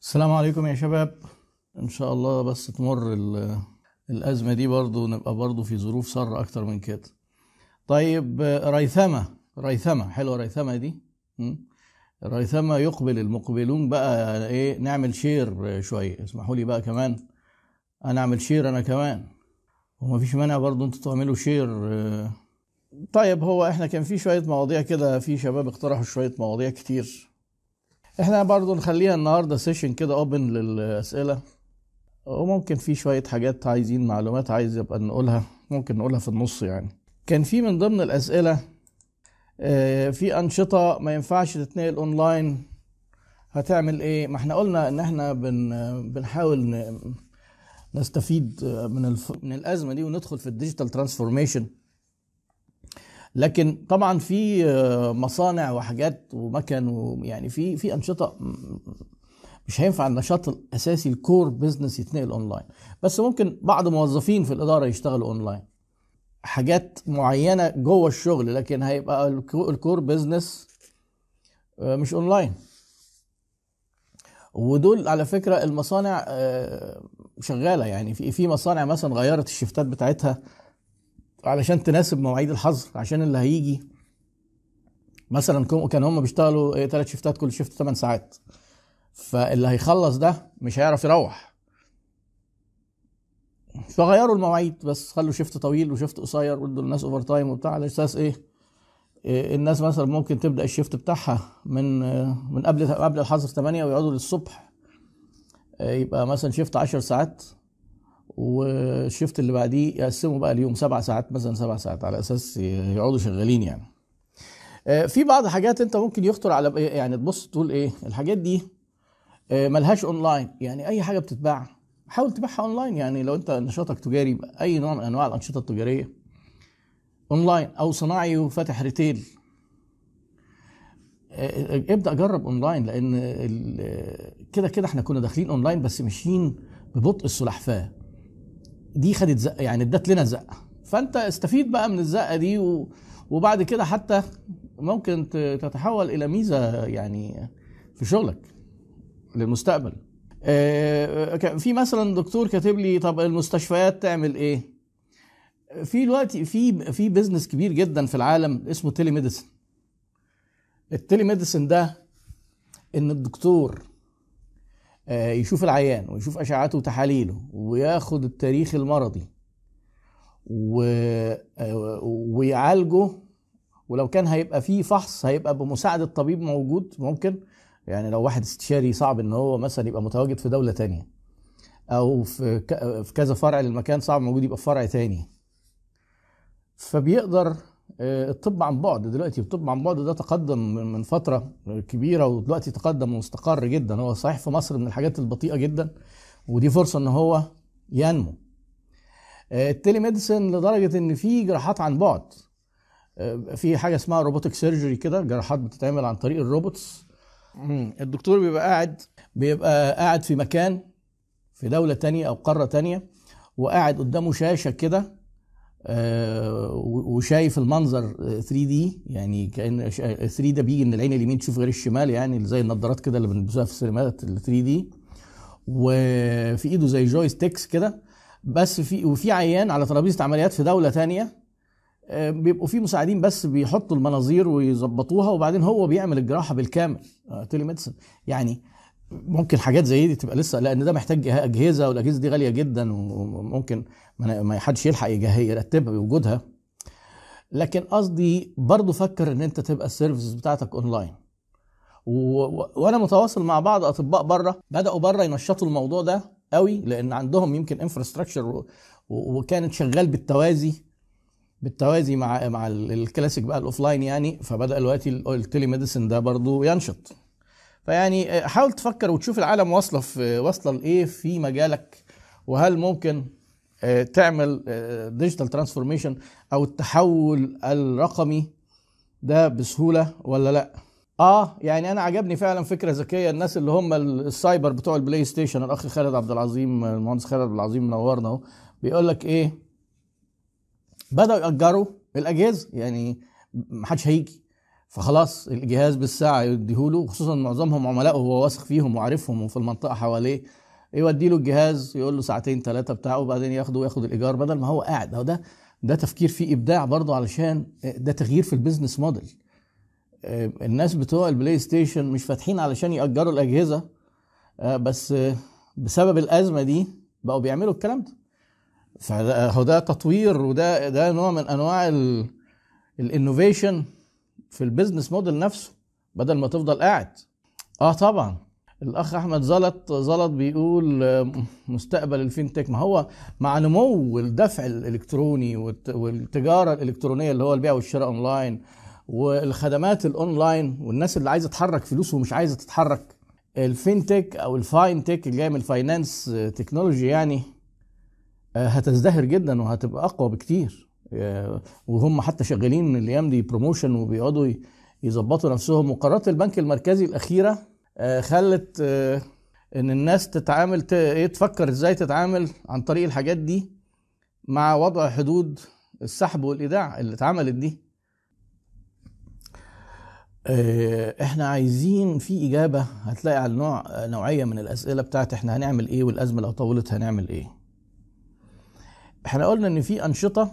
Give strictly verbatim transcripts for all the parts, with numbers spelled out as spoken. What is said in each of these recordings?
السلام عليكم يا شباب. ان شاء الله بس تمر ال- الازمه دي برضو ونبقى برضو في ظروف سر اكتر من كده. طيب، ريثمه ريثمه حلوه ريثمه دي. م? ريثمه يقبل المقبلون بقى ايه، نعمل شير شويه، اسمحوا لي بقى كمان انا اعمل شير انا كمان، ومفيش مانع برضو انتوا تعملوا شير. طيب، هو احنا كان في شويه مواضيع كده، في شباب اقترحوا شويه مواضيع كتير. احنا برضو نخليها النهارده سيشن كده اوبن للاسئله، وممكن في شوية حاجات عايزين معلومات عايز يبقى نقولها، ممكن نقولها في النص يعني. كان في من ضمن الأسئلة آه، في أنشطة ما ينفعش تتنقل أونلاين، هتعمل إيه؟ ما احنا قلنا إن احنا بن بنحاول ن- نستفيد من الف... من الأزمة دي وندخل في الديجيتال ترانسفورميشن. لكن طبعا في آه، مصانع وحاجات ومكن، ويعني في في أنشطة مش هينفع النشاط الاساسي الكور بزنس يتنقل اونلاين، بس ممكن بعض موظفين في الاداره يشتغلوا اونلاين حاجات معينه جوه الشغل، لكن هيبقى الكو- الكور بزنس آه، مش اونلاين. ودول على فكره المصانع آه، شغاله، يعني في في مصانع مثلا غيرت الشفتات بتاعتها علشان تناسب مواعيد الحظر، عشان اللي هيجي مثلا كم- كان هم بيشتغلوا ثلاث شفتات، كل شفت ثمان ساعات، فاللي هيخلص ده مش هيعرف يروح، فغيروا المواعيد، بس خلوا شيفت طويل وشيفت قصير، وادوا الناس اوفر تايم وبتاع، على اساس ايه؟ إيه، الناس مثلا ممكن تبدا الشيفت بتاعها من آه، من قبل قبل الحظر ثمانية ويقعدوا للصبح، آه، يبقى مثلا شيفت عشر ساعات، والشيفت اللي بعديه يقسموا بقى اليوم سبع ساعات، مثلا سبع ساعات، على اساس يقعدوا شغالين يعني. آه، في بعض حاجات انت ممكن يخطر على يعني تبص تقول ايه الحاجات دي آه، ملهاش اونلاين، يعني اي حاجه بتتباع حاول تبيعها اونلاين. يعني لو انت نشاطك تجاري، اي نوع من انواع الانشطه التجاريه اونلاين، او صناعي وفاتح ريتيل، آه، ابدا جرب اونلاين، لان ال- كده كده احنا كنا داخلين اونلاين بس ماشيين ببطء السلحفاه. دي خدت زقه، يعني ادت لنا زقه، فانت استفيد بقى من الزقه دي و... وبعد كده حتى ممكن ت- تتحول الى ميزه يعني في شغلك للمستقبل. آه، كان في مثلا دكتور كاتب لي طب المستشفيات تعمل ايه؟ في دلوقتي في في بيزنس كبير جدا في العالم اسمه تيلي ميديسن. التيلي ميديسن ده ان الدكتور آه، يشوف العيان ويشوف اشعاعاته وتحاليله وياخد التاريخ المرضي و... آه، ويعالجه، ولو كان هيبقى فيه فحص هيبقى بمساعدة طبيب موجود ممكن، يعني لو واحد استشاري صعب ان هو مثلا يبقى متواجد في دولة تانية، او في ك... في كذا فرع للمكان، صعب موجود يبقى في فرع تاني، فبيقدر آه، الطب عن بعد دلوقتي. الطب عن بعد ده تقدم من من فترة كبيرة، ودلوقتي تقدم ومستقر جدا. هو صحيح في مصر من الحاجات البطيئة جدا، ودي فرصة ان هو ينمو. آه، التيلي ميديسن لدرجة ان في جراحات عن بعد، آه، في حاجة اسمها روبوتك سيرجري كده، جراحات بتتعمل عن طريق الروبوتس. مم. الدكتور بيبقى قاعد بيبقى قاعد في مكان في دولة تانية او قارة تانية، وقاعد قدامه شاشة كده، آه، وشايف المنظر ثري دي، يعني كأن ثري ده بيجي ان العين اليمين تشوف غير الشمال، يعني زي النظارات كده اللي بنلبسوها في السينمات ال ثري دي، وفي ايده زي جويستيكس كده. بس في وفي عيان على ترابيزه عمليات في دوله تانية، آه، بيبقوا في مساعدين بس بيحطوا المناظير ويظبطوها، وبعدين هو بيعمل الجراحه بالكامل. تيلي ميديسن يعني ممكن حاجات زي دي تبقى لسه، لان ده محتاج اجهزه، والاجهزه دي غاليه جدا، وممكن ما ما حدش يلحق يجه- يرتبها بوجودها. لكن قصدي برضو فكر ان انت تبقى السيرفيسز بتاعتك اونلاين. و... و... وانا متواصل مع بعض اطباء بره، بداوا بره ينشطوا الموضوع ده قوي، لان عندهم يمكن انفراستراكشر و... و... وكانت شغال بالتوازي بالتوازي مع مع ال- الكلاسيك بقى الاوفلاين يعني، فبدا دلوقتي ال- التيلي ميديسن ده برضو ينشط. فيعني آه، حاول تفكر وتشوف العالم واصله في واصله لايه في مجالك، وهل ممكن آه، تعمل ديجيتال ترانسفورميشن او التحول الرقمي ده بسهوله ولا لا. اه يعني انا عجبني فعلا فكره ذكيه، الناس اللي هم السايبر بتوع البلاي ستيشن، الاخ خالد عبد العظيم، المهندس خالد عبد العظيم منورنا اهو، بيقول لك ايه، بداوا ياجروا الاجهزه، يعني محدش هيجي، فخلاص الجهاز بالساعه يديهوله، خصوصا معظمهم عملاء وهو واثق فيهم وعارفهم وفي المنطقه حواليه، يودي له الجهاز يقول له ساعتين ثلاثه بتاعه وبعدين ياخده وياخد الايجار بدل ما هو قاعد. هو ده ده تفكير فيه ابداع برضه، علشان ده تغيير في البيزنس موديل. الناس بتوع البلاي ستيشن مش فاتحين علشان يأجروا الأجهزة، بس بسبب الأزمة دي بقوا بيعملوا الكلام ده. فهو ده تطوير، وده ده نوع من أنواع الانوفيشن في البيزنس موديل نفسه، بدل ما تفضل قاعد. اه طبعا الأخ أحمد زلط زلط بيقول مستقبل الفينتك. ما هو مع نمو الدفع الإلكتروني والتجارة الإلكترونية اللي هو البيع والشراء أونلاين والخدمات الاونلاين والناس اللي عايزه تحرك فلوس ومش عايزه تتحرك، الفينتك او الفاينتك اللي جاي من الفاينانس تكنولوجي يعني هتزدهر جدا وهتبقى اقوى بكتير. وهم حتى شغالين الايام دي بروموشن وبيقعدوا يظبطوا نفسهم. وقرارات البنك المركزي الاخيره خلت ان الناس تتعامل تفكر ازاي تتعامل عن طريق الحاجات دي مع وضع حدود السحب والايداع اللي اتعملت دي. احنا عايزين في اجابه هتلاقي على نوع نوعيه من الاسئله بتاعت احنا هنعمل ايه والازمه لو طولت هنعمل ايه. احنا قلنا ان في انشطه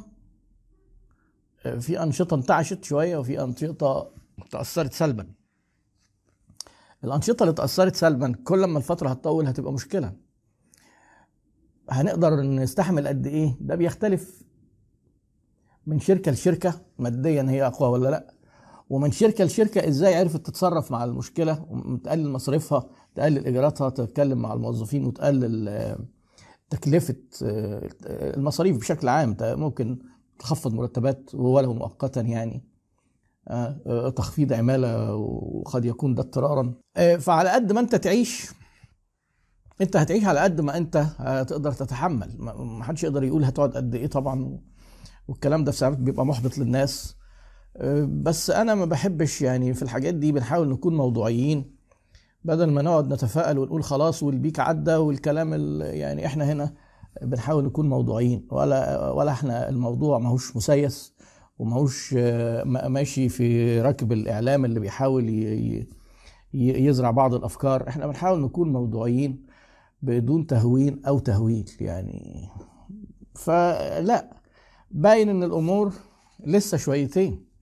في انشطه انتعشت شويه وفي انشطه تاثرت سلبا. الانشطه اللي تاثرت سلبا كل ما الفتره هتطول هتبقى مشكله. هنقدر نستحمل قد ايه؟ ده بيختلف من شركه لشركه، ماديا هي اقوى ولا لا، ومن شركة لشركة ازاي عرفت تتصرف مع المشكلة وتقلل مصاريفها، تقلل اجراءاتها، تتكلم مع الموظفين وتقلل تكلفة المصاريف بشكل عام. ممكن تخفض مرتبات ولو مؤقتا يعني، تخفيض عمالة وقد يكون ده اضطرارا. فعلى قد ما انت تعيش انت هتعيش على قد ما انت هتقدر تتحمل. ما حدش يقدر يقول هتقعد قد ايه طبعا، والكلام ده في ساعات بيبقى محبط للناس. بس انا ما بحبش يعني في الحاجات دي بنحاول نكون موضوعيين بدل ما نقعد نتفائل ونقول خلاص والبيك عدى والكلام يعني. احنا هنا بنحاول نكون موضوعيين، ولا ولا احنا الموضوع ماهوش مسيس وماهوش ماشي في ركب الاعلام اللي بيحاول يزرع بعض الافكار. احنا بنحاول نكون موضوعيين بدون تهوين او تهويل يعني. فلا باين ان الامور لسه شويتين.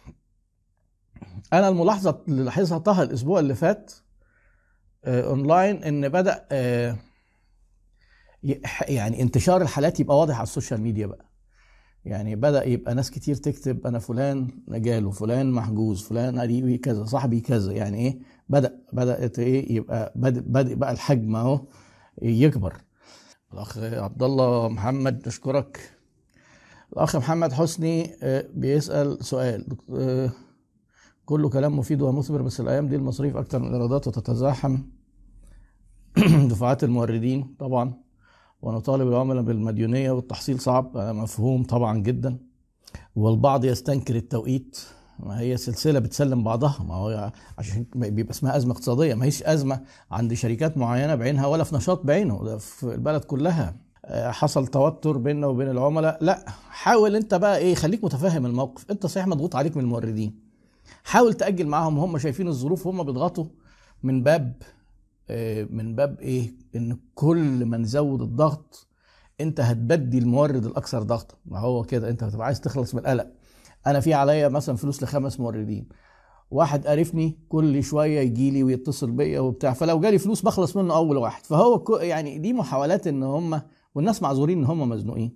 انا الملاحظه اللي لاحظتها الاسبوع اللي فات آه اونلاين ان بدا آه يعني انتشار الحالات يبقى واضح على السوشيال ميديا بقى. يعني بدا يبقى ناس كتير تكتب انا فلان جاله، فلان محجوز، فلان قريبي كذا، صاحبي كذا. يعني ايه بدا بدات ايه يبقى بدا بدا بقى الحجم اهو يكبر. الاخ عبد الله محمد نشكرك. الاخ محمد حسني آه بيسال سؤال آه كله كلام مفيد ومثمر، بس الايام دي المصاريف اكتر من الايرادات وتتزاحم دفعات الموردين طبعا، ونطالب العملاء بالمديونيه والتحصيل صعب. مفهوم طبعا جدا. والبعض يستنكر التوقيت، ما هي سلسله بتسلم بعضها. ما هو عشان بيبقى اسمها ازمه اقتصاديه، ما هيش ازمه عند شركات معينه بعينها ولا في نشاط بعينه، ده في البلد كلها. حصل توتر بيننا وبين العملاء، لا حاول انت بقى ايه، خليك متفاهم الموقف. انت صحيح مضغوط عليك من الموردين، حاول تأجل معاهم. هم شايفين الظروف وهم بيضغطوا من باب من باب ايه، ان كل ما نزود الضغط انت هتبدي المورد الاكثر ضغطا. ما هو كده انت هتبقى عايز تخلص من القلق. انا في عليا مثلا فلوس لخمس موردين، واحد قرفني كل شويه يجي لي ويتصل بيا وبتاع، فلو جالي فلوس بخلص منه اول واحد. فهو يعني دي محاولات ان هم، والناس معذورين ان هم مزنوقين.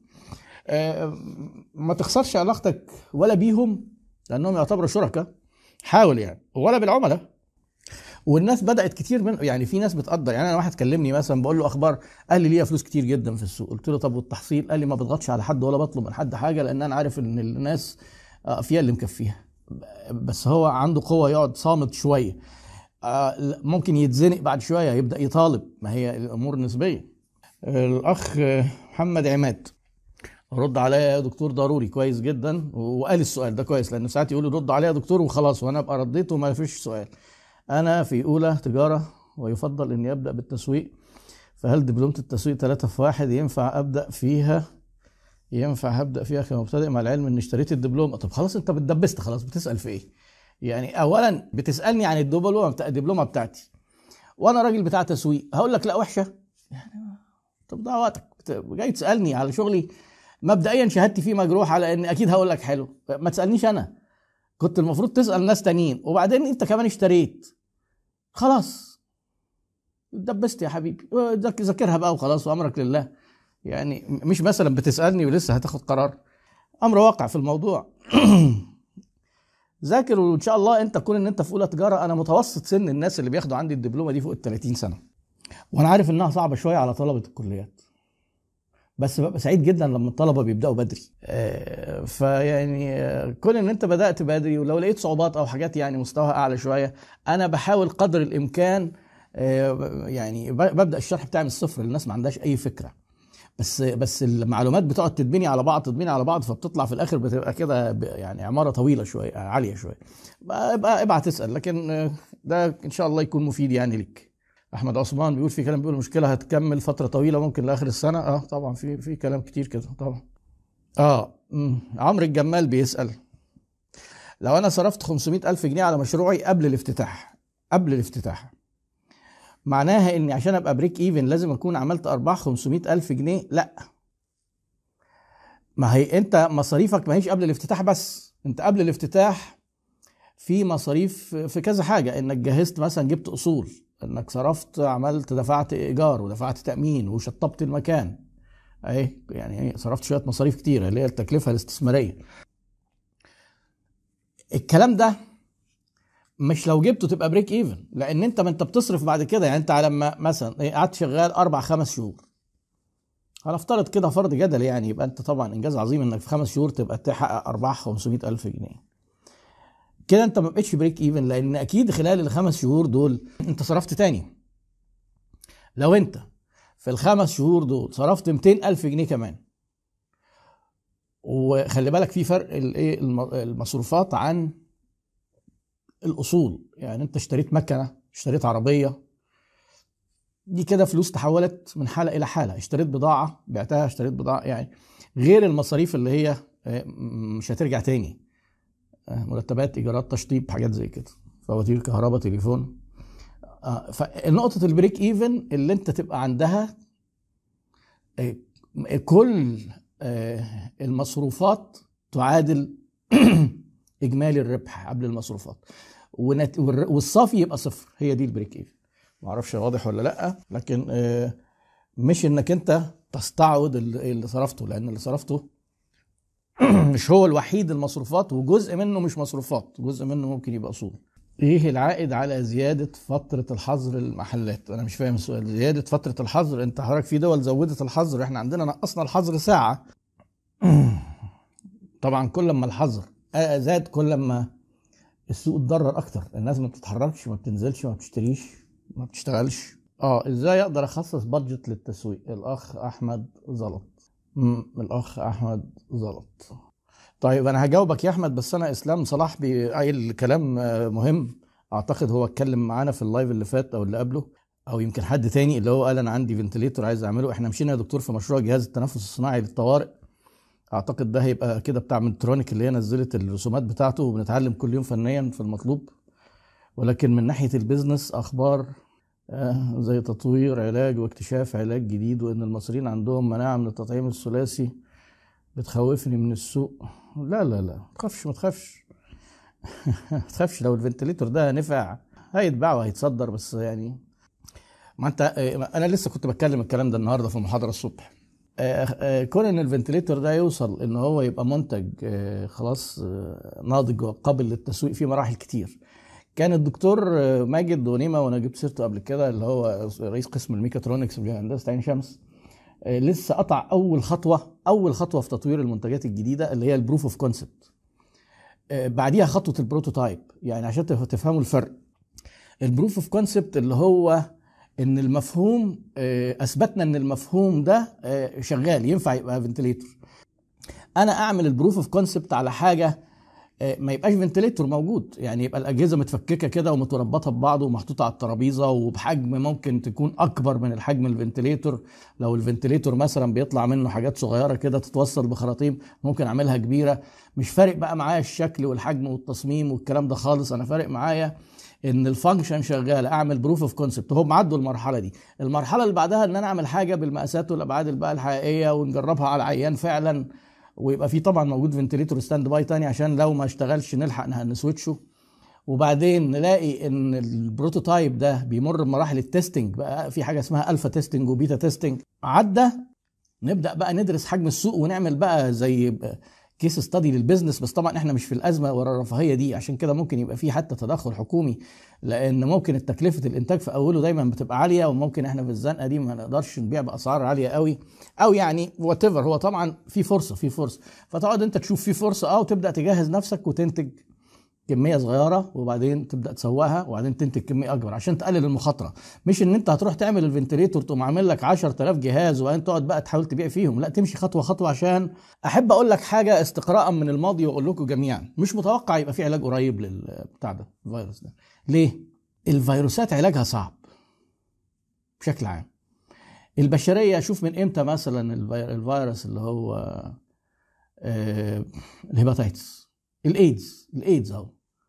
ما تخسرش علاقتك ولا بيهم لانهم يعتبروا شركاء، حاول يعني، ولا بالعملاء. والناس بدات كتير من يعني في ناس بتقدر. يعني انا واحد كلمني مثلا بقول له اخبار، قال لي ليا فلوس كتير جدا في السوق. قلت له طب والتحصيل؟ قال لي ما بضغطش على حد ولا بطلب من حد حاجه، لان انا عارف ان الناس فيها اللي مكفيها. بس هو عنده قوه يقعد صامت شويه، ممكن يتزنق بعد شويه يبدا يطالب. ما هي الامور نسبيه. الاخ محمد عماد رد عليا يا دكتور ضروري، كويس جدا. وقال السؤال ده كويس، لانه ساعات يقولوا رد عليا يا دكتور وخلاص وانا ابقى رديت وما فيش سؤال. انا في اولى تجاره ويفضل اني ابدا بالتسويق، فهل دبلومه التسويق ثلاثة في واحد ينفع ابدا فيها ينفع هبدا فيها كمبتدئ، مع العلم اني اشتريت الدبلومه؟ طب خلاص انت بتدبست، خلاص بتسال في ايه؟ يعني اولا بتسالني عن الدبلومه بتاع الدبلومه بتاعتي، وانا راجل بتاع تسويق، هقول لك لا وحشه؟ يعني طب ضيع وقتك، جاي تسالني على شغلي مبدئيا شهادتي فيه مجروح على ان اكيد هقول لك حلو. ما تسالنيش انا، كنت المفروض تسال ناس تانيين. وبعدين انت كمان اشتريت، خلاص دبست يا حبيبي، ذاكرها بقى وخلاص وامرك لله. يعني مش مثلا بتسالني ولسه هتاخد قرار، امر واقع في الموضوع. ذاكر وان شاء الله انت تكون ان انت في اولى تجاره. انا متوسط سن الناس اللي بياخدوا عندي الدبلومه دي فوق ال ثلاثين سنه، وانا عارف انها صعبه شويه على طلبه الكليات، بس ببقى سعيد جدا لما الطلبه بيبداوا بدري. آه فيعني آه كون ان انت بدات بدري، ولو لقيت صعوبات او حاجات يعني مستواها اعلى شويه، انا بحاول قدر الامكان آه يعني ببدا الشرح بتاعي من الصفر للناس ما عندهاش اي فكره. بس بس المعلومات بتقعد تتبني على بعض تتبني على بعض، فبتطلع في الاخر بتبقى كده يعني عماره طويله شويه عاليه شويه. ابقى ابعت تسال، لكن ده ان شاء الله يكون مفيد يعني ليك. احمد عثمان بيقول في كلام، بيقول المشكله هتكمل فتره طويله ممكن لاخر السنه. اه طبعا في في كلام كتير كده طبعا. اه عمرو الجمال بيسال، لو انا صرفت خمسمائة ألف جنيه على مشروعي قبل الافتتاح قبل الافتتاح معناها اني عشان ابقى بريك ايفن لازم اكون عملت ارباح خمسمائة ألف جنيه؟ لا، ما هي انت مصاريفك ما هيش قبل الافتتاح بس، انت قبل الافتتاح في مصاريف في كذا حاجه، انك جهزت مثلا، جبت اصول، انك صرفت، عملت، دفعت ايجار ودفعت تامين وشطبت المكان، اهي يعني صرفت شويه مصاريف كتيره اللي هي التكلفه الاستثماريه. الكلام ده مش لو جبته تبقى بريك ايفن، لان انت ما انت بتصرف بعد كده. يعني انت لما مثلا قعدت شغال اربع خمس شهور، هنفترض كده فرض جدل يعني، يبقى انت طبعا انجاز عظيم انك في خمس شهور تبقى تحقق ارباح خمسمائة ألف جنيه. كده انت ما بقتش بريك ايفن، لان اكيد خلال الخمس شهور دول انت صرفت تاني. لو انت في الخمس شهور دول صرفت مئتين ألف جنيه كمان، وخلي بالك في فرق الايه المصروفات عن الاصول. يعني انت اشتريت مكنه، اشتريت عربيه، دي كده فلوس تحولت من حاله الى حاله. اشتريت بضاعه بعتها، اشتريت بضاعه، يعني غير المصاريف اللي هي مش هترجع تاني، مرتبات، ايجارات، تشطيب، حاجات زي كده، فواتير كهرباء، تليفون. فالنقطه البريك ايفن اللي انت تبقى عندها كل المصروفات تعادل اجمالي الربح قبل المصروفات، والصافي يبقى صفر. هي دي البريك ايفن. ما اعرفش واضح ولا لا، لكن مش انك انت تستعوض اللي صرفته، لان اللي صرفته مش هو الوحيد المصروفات، وجزء منه مش مصروفات، جزء منه ممكن يبقى اصول. ايه العائد على زيادة فترة الحظر للمحلات؟ انا مش فاهم السؤال. زيادة فترة الحظر، انت حضرتك في دول زودت الحظر، احنا عندنا نقصنا الحظر ساعة. طبعا كل ما الحظر زاد كل ما السوق اتضرر اكتر، الناس ما بتتحركش، ما بتنزلش، ما بتشتريش، ما بتشتغلش. اه ازاي اقدر اخصص بادجت للتسويق؟ الاخ احمد زلط. امم الاخ احمد زلط. طيب انا هجاوبك يا احمد، بس انا اسلام صلاح قايل كلام مهم، اعتقد هو اتكلم معانا في اللايف اللي فات او اللي قبله، او يمكن حد تاني، اللي هو قال انا عندي فنتليتور عايز اعمله. احنا مشينا يا دكتور في مشروع جهاز التنفس الصناعي للطوارئ، اعتقد ده هيبقى كده بتاع ميدترونيك اللي هي نزلت الرسومات بتاعته، وبنتعلم كل يوم فنيا في المطلوب. ولكن من ناحية البيزنس اخبار آه زي تطوير علاج واكتشاف علاج جديد، وان المصريين عندهم مناعة من التطعيم الثلاثي، بتخوفني من السوق. لا لا لا ما تخافش ما تخافش ما تخافش. لو الفنتليتور ده نفع هيتباع وهيتصدر، بس يعني ما انت انا لسه كنت بتكلم الكلام ده النهارده في المحاضره الصبح. كون ان الفنتليتور ده يوصل ان هو يبقى منتج خلاص ناضج وقابل للتسويق في مراحل كتير. كان الدكتور ماجد ونيمه، وانا جبت سيرته قبل كده، اللي هو رئيس قسم الميكاترونكس في هندسه عين شمس، لسه قطع اول خطوه اول خطوه في تطوير المنتجات الجديده اللي هي البروف اوف كونسبت. بعديها خطوه البروتوتايب. يعني عشان تفهموا الفرق، البروف اوف كونسبت اللي هو ان المفهوم اثبتنا ان المفهوم ده شغال ينفع يبقى فنتليتور. انا اعمل البروف اوف كونسبت على حاجه ما يبقاش فنتليتور موجود، يعني يبقى الاجهزه متفككه كده ومتربطه ببعض ومحطوطه على الترابيزه وبحجم ممكن تكون اكبر من الحجم الفنتليتور. لو الفنتليتور مثلا بيطلع منه حاجات صغيره كده تتوصل بخراطيم، ممكن اعملها كبيره. مش فارق بقى معايا الشكل والحجم والتصميم والكلام ده خالص، انا فارق معايا ان الفانكشن شغاله، اعمل بروف اوف كونسبت. هم عدوا المرحله دي. المرحله اللي بعدها ان انا اعمل حاجه بالمقاسات والابعاد بقى الحقيقيه ونجربها على العيان فعلا، ويبقى في طبعا موجود فنتليتور ستاند باي تاني عشان لو ما اشتغلش نلحق نسويتشه. وبعدين نلاقي ان البروتوتايب ده بيمر بمراحل التستنج، بقى في حاجه اسمها الفا تيستنج وبيتا تيستنج، عدى نبدا بقى ندرس حجم السوق ونعمل بقى زي كيس ستادي للبيزنس. بس طبعا احنا مش في الازمه ولا الرفاهيه دي، عشان كده ممكن يبقى في حتى تدخل حكومي، لان ممكن التكلفه الانتاج في اوله دايما بتبقى عاليه، وممكن احنا في الزنقه دي ما نقدرش نبيع باسعار عاليه قوي، او يعني وات ايفر. هو طبعا في فرصه في فرصه فتقعد انت تشوف في فرصه اه وتبدا تجهز نفسك وتنتج كميه صغيره، وبعدين تبدا تسوقها، وبعدين تنتج كميه اكبر عشان تقلل المخاطره. مش ان انت هتروح تعمل الفنتليتور تقوم عامل لك عشرة آلاف جهاز وبعدين تقعد بقى تحاول تبيع فيهم، لا، تمشي خطوه خطوه. عشان احب اقول لك حاجه استقراء من الماضي واقول لكم جميعا، مش متوقع يبقى في علاج قريب للبتاع ده، الفيروس ده. ليه؟ الفيروسات علاجها صعب بشكل عام. البشريه شوف من امتى مثلا الفيروس اللي هو آه الهيباتيتس، الايدز الايدز اهو،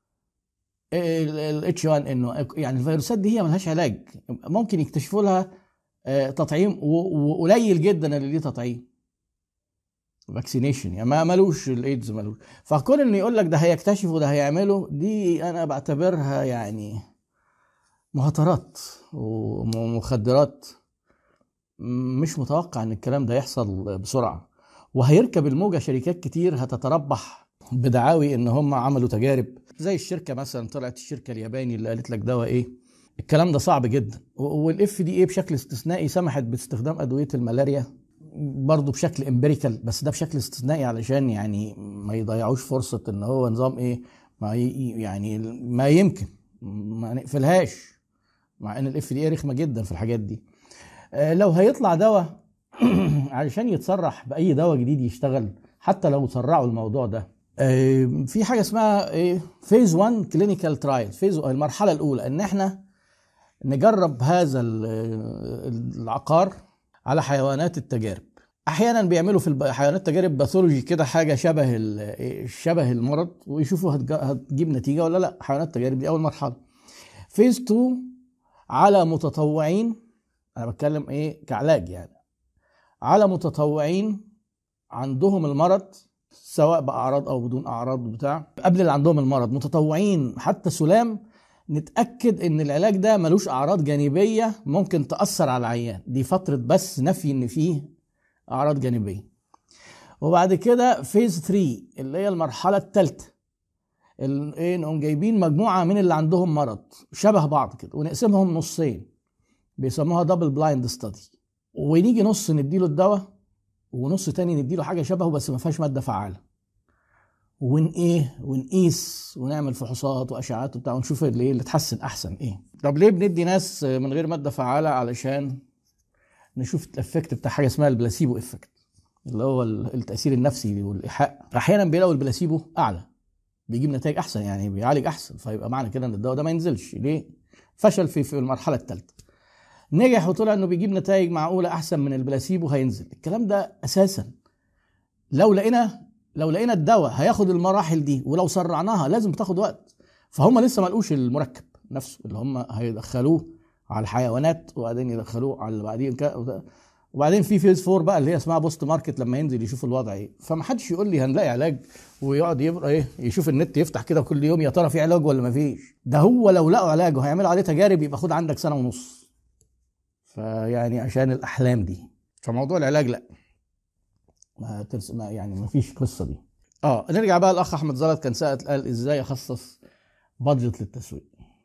الاتش واحد انه يعني الفيروسات دي هي ملهاش علاج، ممكن يكتشفوا لها تطعيم وقليل جدا اللي ليه تطعيم فاكسينيشن، يعني ما ملوش الايدز ملوش. فكون انه يقول لك ده هيكتشفوا ده هيعملوا، دي انا بعتبرها يعني مهاترات ومخدرات. مش متوقع ان الكلام ده يحصل بسرعه، وهيركب الموجه شركات كتير هتتربح بدعاوي ان هم عملوا تجارب، زي الشركه مثلا طلعت الشركه الياباني اللي قالت لك دواء ايه. الكلام ده صعب جدا، والاف دي ايه بشكل استثنائي سمحت باستخدام ادويه الملاريا برضه بشكل امبيريكال، بس ده بشكل استثنائي علشان يعني ما يضيعوش فرصه ان هو نظام ايه، ما يعني ما يمكن ما نقفلهاش، مع ان الاف دي ايه رخمه جدا في الحاجات دي. لو هيطلع دواء علشان يتصرح باي دواء جديد يشتغل، حتى لو سرعوا الموضوع ده، في حاجه اسمها ايه فيز واحد كلينيكال ترايل. فيز المرحله الاولى ان احنا نجرب هذا العقار على حيوانات التجارب. احيانا بيعملوا في حيوانات تجارب باثولوجي كده حاجه شبه شبه المرض، ويشوفوا هتجيب نتيجه ولا لا. حيوانات التجارب دي اول مرحله. فيز اتنين على متطوعين، انا بتكلم ايه كعلاج، يعني على متطوعين عندهم المرض سواء بأعراض أو بدون أعراض بتاع، قبل اللي عندهم المرض متطوعين حتى سلام، نتأكد إن العلاج ده ملوش أعراض جانبية ممكن تأثر على العيان. دي فترة بس نفي إن فيه أعراض جانبية. وبعد كده فيز ثلاثة اللي هي المرحلة الثالثة، إيه نقوم جايبين مجموعة من اللي عندهم مرض شبه بعض كده ونقسمهم نصين، بيسموها دبل بلايند ستادي، ونيجي نص نديله الدواء ونص تاني نديله حاجه شبهه بس ما فيهاش ماده فعاله، ون ايه ونقيس ونعمل فحوصات واشعات وبتاع ونشوف اللي اللي تحسن احسن ايه. طب ليه بندي ناس من غير ماده فعاله؟ علشان نشوف الافكت بتاع حاجه اسمها البلاسيبو افكت، اللي هو التاثير النفسي والايحاء. احيانا بيلاقوا البلاسيبو اعلى بيجيب نتائج احسن، يعني بيعالج احسن، فيبقى معنى كده ان الدواء ده ما ينزلش. ليه؟ فشل في في المرحله الثالثه، نجح وطلع انه بيجيب نتائج معقوله احسن من البلاسيبو، هينزل. الكلام ده اساسا لو لقينا لو لقينا الدواء هياخد المراحل دي، ولو سرعناها لازم بتاخد وقت. فهم لسه ما لقوش المركب نفسه اللي هم هيدخلوه على الحيوانات وبعدين يدخلوه على اللي بعدين، وبعدين في فيز فور بقى اللي هي اسمها بوست ماركت لما ينزل يشوف الوضع ايه. فما حدش يقول لي هنلاقي علاج ويقعد يبقى ايه يشوف النت يفتح كده كل يوم يا ترى في علاج ولا ما فيش. ده هو لو لقوا علاج وهيعملوا عليه تجارب يبقى خد عندك سنه ونص. فيعني عشان الاحلام دي، فموضوع العلاج لا ما ترس ما يعني ما فيش قصه دي. اه نرجع بقى. الاخ احمد زلط كان سأل قال ازاي اخصص بادجت للتسويق.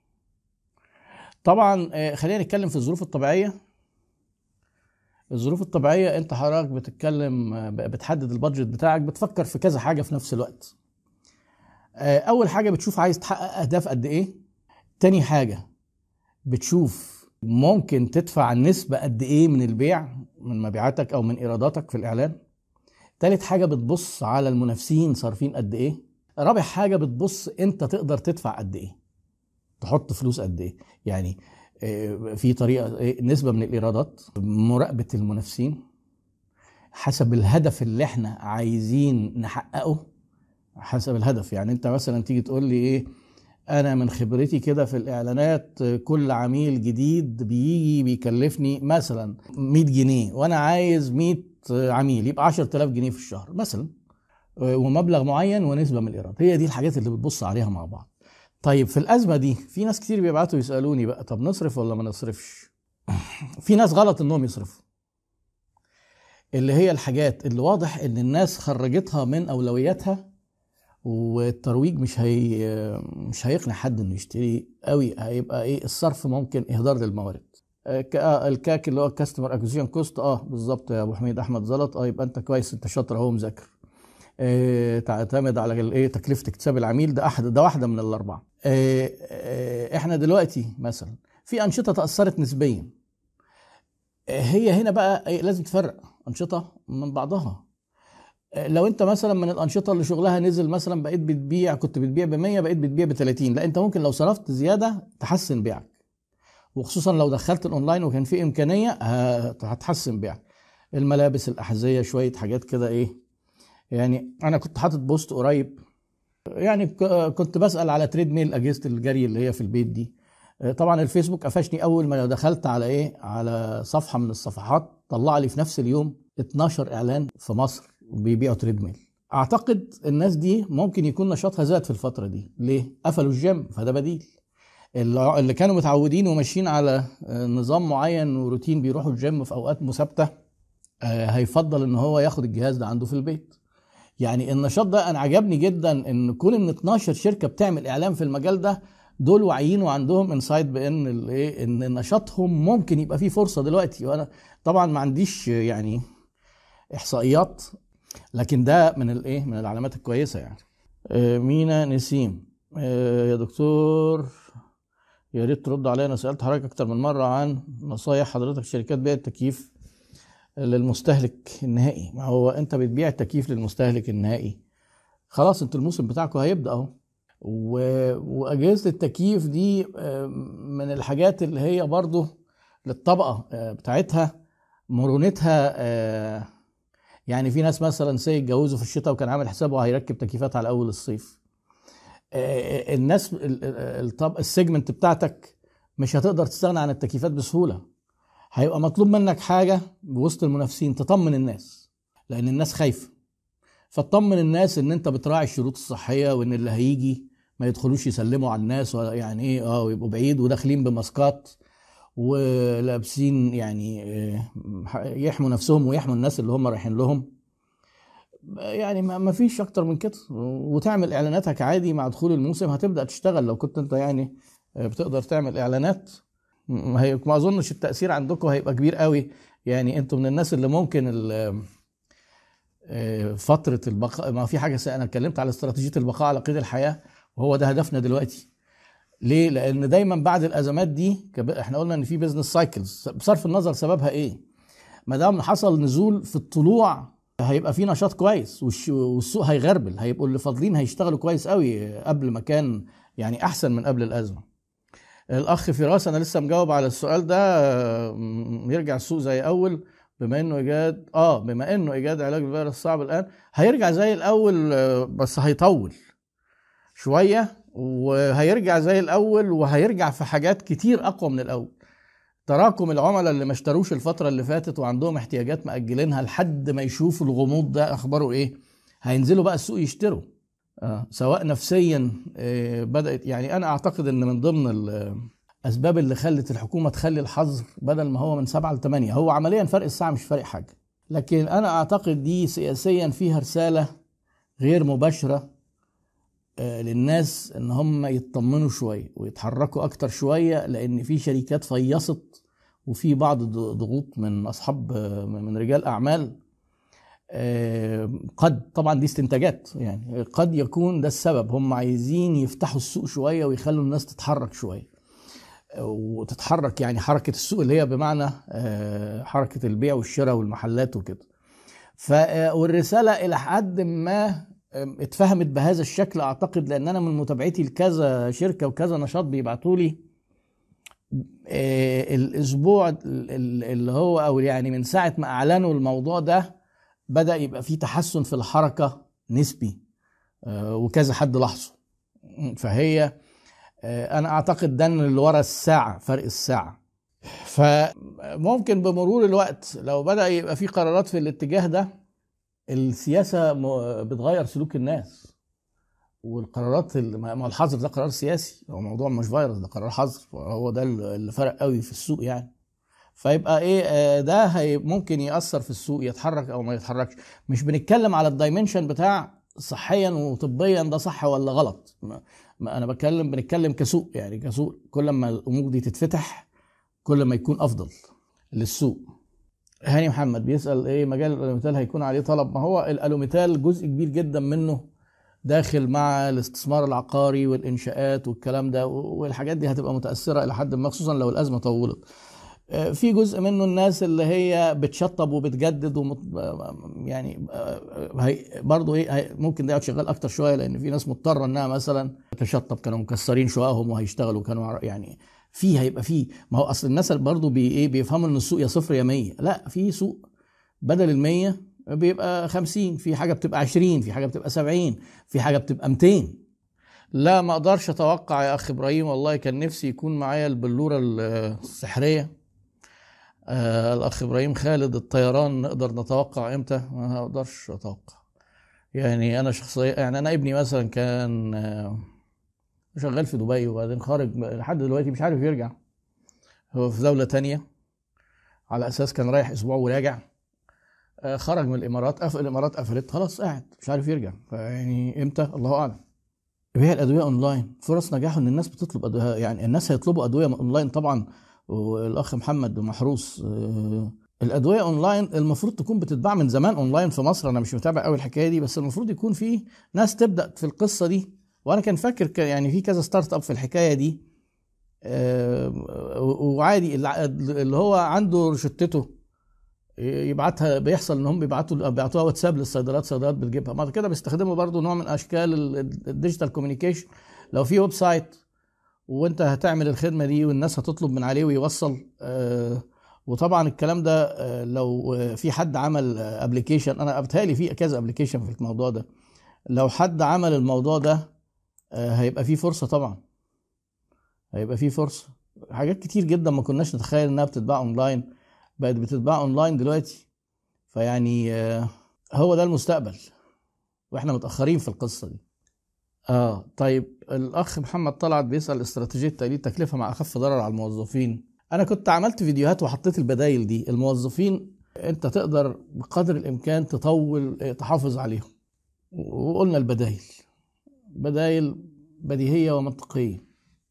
طبعا خلينا نتكلم في الظروف الطبيعيه. الظروف الطبيعيه انت حضرتك بتتكلم بتحدد البادجت بتاعك، بتفكر في كذا حاجه في نفس الوقت. اول حاجه بتشوف عايز تحقق اهداف قد ايه. تاني حاجه بتشوف ممكن تدفع النسبه قد ايه من البيع من مبيعاتك او من ايراداتك في الاعلان. تالت حاجه بتبص على المنافسين صارفين قد ايه. رابع حاجه بتبص انت تقدر تدفع قد ايه، تحط فلوس قد ايه. يعني في طريقه نسبه من الايرادات، مراقبه المنافسين حسب الهدف اللي احنا عايزين نحققه، حسب الهدف. يعني انت مثلا تيجي تقول لي ايه، انا من خبرتي كده في الاعلانات كل عميل جديد بيجي بيكلفني مثلا مية جنيه، وانا عايز مية عميل يبقى عشرة آلاف جنيه في الشهر مثلا، ومبلغ معين ونسبه من الايراد. هي دي الحاجات اللي بتبص عليها مع بعض. طيب في الازمه دي في ناس كتير بيبعتوا يسالوني بقى، طب نصرف ولا ما نصرفش؟ في ناس غلط انهم يصرفوا، اللي هي الحاجات اللي واضح ان الناس خرجتها من اولوياتها، والترويج مش هي مش هيقنع حد انه يشتري قوي، هيبقى ايه الصرف ممكن اهدار للموارد. الكاك اللي هو الكاستمر اكوزيشن كوست، اه بالظبط يا ابو حميد احمد زلط، اه يبقى انت كويس، انت شاطر اهو مذاكر. اه تعتمد على الايه تكلفه اكتساب العميل، ده احد ده واحده من الاربعه. اه اه احنا دلوقتي مثلا في انشطه تاثرت نسبيا، هي هنا بقى لازم تفرق انشطه من بعضها. لو انت مثلا من الانشطه اللي شغلها نزل، مثلا بقيت بتبيع، كنت بتبيع ب مية بقيت بتبيع ب تلاتين، لا انت ممكن لو صرفت زياده تحسن بيعك، وخصوصا لو دخلت الاونلاين وكان في امكانيه هتحسن بيعك. الملابس، الاحذيه، شويه حاجات كده ايه. يعني انا كنت حاطط بوست قريب، يعني كنت بسال على تريد ميل، اجهزه الجري اللي هي في البيت دي. طبعا الفيسبوك قفشني اول ما دخلت على ايه، على صفحه من الصفحات طلع لي في نفس اليوم اتناشر اعلان في مصر بيبيعوا تريد ميل. اعتقد الناس دي ممكن يكون نشاطها زاد في الفتره دي. ليه؟ قفلوا الجيم، فده بديل. اللي كانوا متعودين وماشيين على نظام معين وروتين بيروحوا الجيم في اوقات مثابته، هيفضل ان هو ياخد الجهاز ده عنده في البيت. يعني النشاط ده انا عجبني جدا، ان كون ان اتناشر شركه بتعمل اعلان في المجال ده، دول واعيين وعندهم انسايت بان الايه، ان نشاطهم ممكن يبقى فيه فرصه دلوقتي. وانا طبعا ما عنديش يعني احصائيات، لكن ده من الايه، من العلامات الكويسه يعني. مينا نسيم، يا دكتور يا ريت ترد عليا، انا سالت حضرتك اكتر من مره عن نصايح حضرتك شركات بيع التكييف للمستهلك النهائي. ما هو انت بتبيع التكييف للمستهلك النهائي، خلاص انتوا الموسم بتاعكم هيبدا اهو. واجهزه التكييف دي من الحاجات اللي هي برضو للطبقه بتاعتها مرونتها. يعني في ناس مثلا سي اتجوزوا في الشتاء وكان عامل حسابه هيركب تكييفات على اول الصيف. الناس الطب السيجمنت بتاعتك مش هتقدر تستغنى عن التكييفات بسهوله، هيبقى مطلوب منك حاجه بوسط المنافسين تطمن الناس، لان الناس خايفه. فتطمن الناس ان انت بتراعي الشروط الصحيه، وان اللي هيجي ما يدخلوش يسلموا على الناس، ولا يعني ايه اه ويبقوا بعيد وداخلين بماسكات ولابسين، يعني يحموا نفسهم ويحموا الناس اللي هم رايحين لهم. يعني ما فيش اكتر من كده، وتعمل اعلاناتك عادي مع دخول الموسم، هتبدا تشتغل لو كنت انت يعني بتقدر تعمل اعلانات. ما اظنش التاثير عندكم هيبقى كبير قوي، يعني انتوا من الناس اللي ممكن فتره البقاء، ما في حاجه انا اتكلمت على استراتيجيه البقاء على قيد الحياه، وهو ده هدفنا دلوقتي. ليه؟ لان دايما بعد الازمات دي احنا قلنا ان في بيزنس سايكلز، بصرف النظر سببها ايه، ما دام حصل نزول في الطلوع هيبقى في نشاط كويس، والسوق هيغربل، هيبقوا اللي فاضلين هيشتغلوا كويس قوي قبل ما كان، يعني احسن من قبل الازمه. الاخ فراس، انا لسه مجاوب على السؤال ده، يرجع السوق زي اول بما انه ايجاد اه بما انه ايجاد علاج الفيروس صعب الان، هيرجع زي الاول بس هيطول شويه، وهيرجع زي الاول، وهيرجع في حاجات كتير اقوى من الاول. تراكم العملاء اللي ما اشتروش الفتره اللي فاتت وعندهم احتياجات مأجلينها لحد ما يشوفوا الغموض ده اخباره ايه، هينزلوا بقى السوق يشتروا. آه سواء نفسيا آه بدأت، يعني انا اعتقد ان من ضمن الاسباب اللي خلت الحكومه تخلي الحظر بدل ما هو من سبعة لثمانية، هو عمليا فرق الساعه مش فارق حاجه، لكن انا اعتقد دي سياسيا فيها رساله غير مباشره آه للناس ان هم يطمنوا شويه ويتحركوا اكتر شويه، لان في شركات فيصت، وفي بعض ضغوط من اصحاب آه من رجال اعمال قد، طبعا دي استنتاجات، يعني قد يكون ده السبب، هم عايزين يفتحوا السوق شوية ويخلوا الناس تتحرك شوية وتتحرك، يعني حركة السوق اللي هي بمعنى حركة البيع والشراء والمحلات وكده. والرسالة إلى حد ما اتفهمت بهذا الشكل اعتقد، لان انا من متابعتي لكذا شركه وكذا نشاط بيبعتوا لي الاسبوع اللي هو او يعني من ساعه ما اعلنوا الموضوع ده بدا يبقى في تحسن في الحركه نسبي، وكذا حد لاحظه. فهي انا اعتقد ده اللي ورا الساعه، فرق الساعه. فممكن بمرور الوقت لو بدا يبقى في قرارات في الاتجاه ده، السياسه بتغير سلوك الناس. والقرارات، ما الحظر ده قرار سياسي، هو موضوع مش فيروس، ده قرار حظر، هو ده اللي فرق قوي في السوق يعني. فيبقى ايه ده هي ممكن يأثر في السوق، يتحرك او ما يتحركش. مش بنتكلم على الدايمنشن بتاع صحيا وطبيا ده صح ولا غلط، ما انا بتكلم بنتكلم كسوق يعني، كسوق كل ما الامور دي تتفتح كل ما يكون افضل للسوق. هاني محمد بيسأل ايه مجال الالوميتال هيكون عليه طلب؟ ما هو الالوميتال جزء كبير جدا منه داخل مع الاستثمار العقاري والانشاءات والكلام ده، والحاجات دي هتبقى متاثره الى حد ما، خصوصا لو الازمه طولت. في جزء منه الناس اللي هي بتشطب وبتجدد ومت... يعني برضه ايه ممكن ده يقعد شغال اكتر شويه، لان في ناس مضطره انها مثلا تشطب، كانوا مكسرين شققهم وهيشتغلوا، كانوا يعني في هيبقى في، ما هو اصل الناس برضه بي ايه بيفهموا ان السوق يا صفر يا مية. لا، في سوق بدل المية بيبقى خمسين، في حاجة بتبقى عشرين، في حاجة بتبقى سبعين، في حاجة بتبقى ميتين. لا ما اقدرش اتوقع يا اخ ابراهيم، والله كان نفسي يكون معايا البلورة السحرية. آه الاخ ابراهيم خالد، الطيران نقدر نتوقع امتى؟ ما اقدرش اتوقع يعني. انا شخصيا يعني انا ابني مثلا كان آه شغال في دبي، وبعدين خارج لحد دلوقتي مش عارف يرجع. هو في دولة تانية على اساس كان رايح اسبوع وراجع، خرج من الامارات، قفل الامارات، قفلت خلاص، قاعد مش عارف يرجع. فيعني امتى الله اعلم. بيع الادويه اونلاين فرص نجاحه ان الناس بتطلب أدوية، يعني الناس هيطلبوا ادويه اونلاين طبعا. والاخ محمد محروس، الادويه اونلاين المفروض تكون بتتباع من زمان اونلاين في مصر. انا مش متابع قوي الحكايه دي، بس المفروض يكون في ناس تبدا في القصه دي. وانا كان فاكر يعني في كذا ستارت اب في الحكايه دي، وعادي اللي هو عنده روشتته يبعتها. بيحصل ان هم بيبعتوا بيبعتوها واتساب للصيدليات، صيدليات بتجيبها. بعد كده بيستخدموا برضو نوع من اشكال الديجيتال كوميونيكيشن. لو في ويب سايت وانت هتعمل الخدمه دي والناس هتطلب من عليه ويوصل، آه وطبعا الكلام ده آه لو في حد عمل ابلكيشن، انا بتهيألي في كذا ابلكيشن في الموضوع ده، لو حد عمل الموضوع ده آه هيبقى فيه فرصه طبعا، هيبقى فيه فرصه. حاجات كتير جدا ما كناش نتخيل انها بتتباع اونلاين بقت بتتباع اونلاين دلوقتي. فيعني هو ده المستقبل، واحنا متاخرين في القصه دي. اه طيب، الاخ محمد طلعت بيسال استراتيجيه تقليل تكلفه مع اخف ضرر على الموظفين. انا كنت عملت فيديوهات وحطيت البدايل دي. الموظفين انت تقدر بقدر الامكان تطول تحافظ عليهم، وقلنا البدايل بدايل بديهيه ومنطقيه.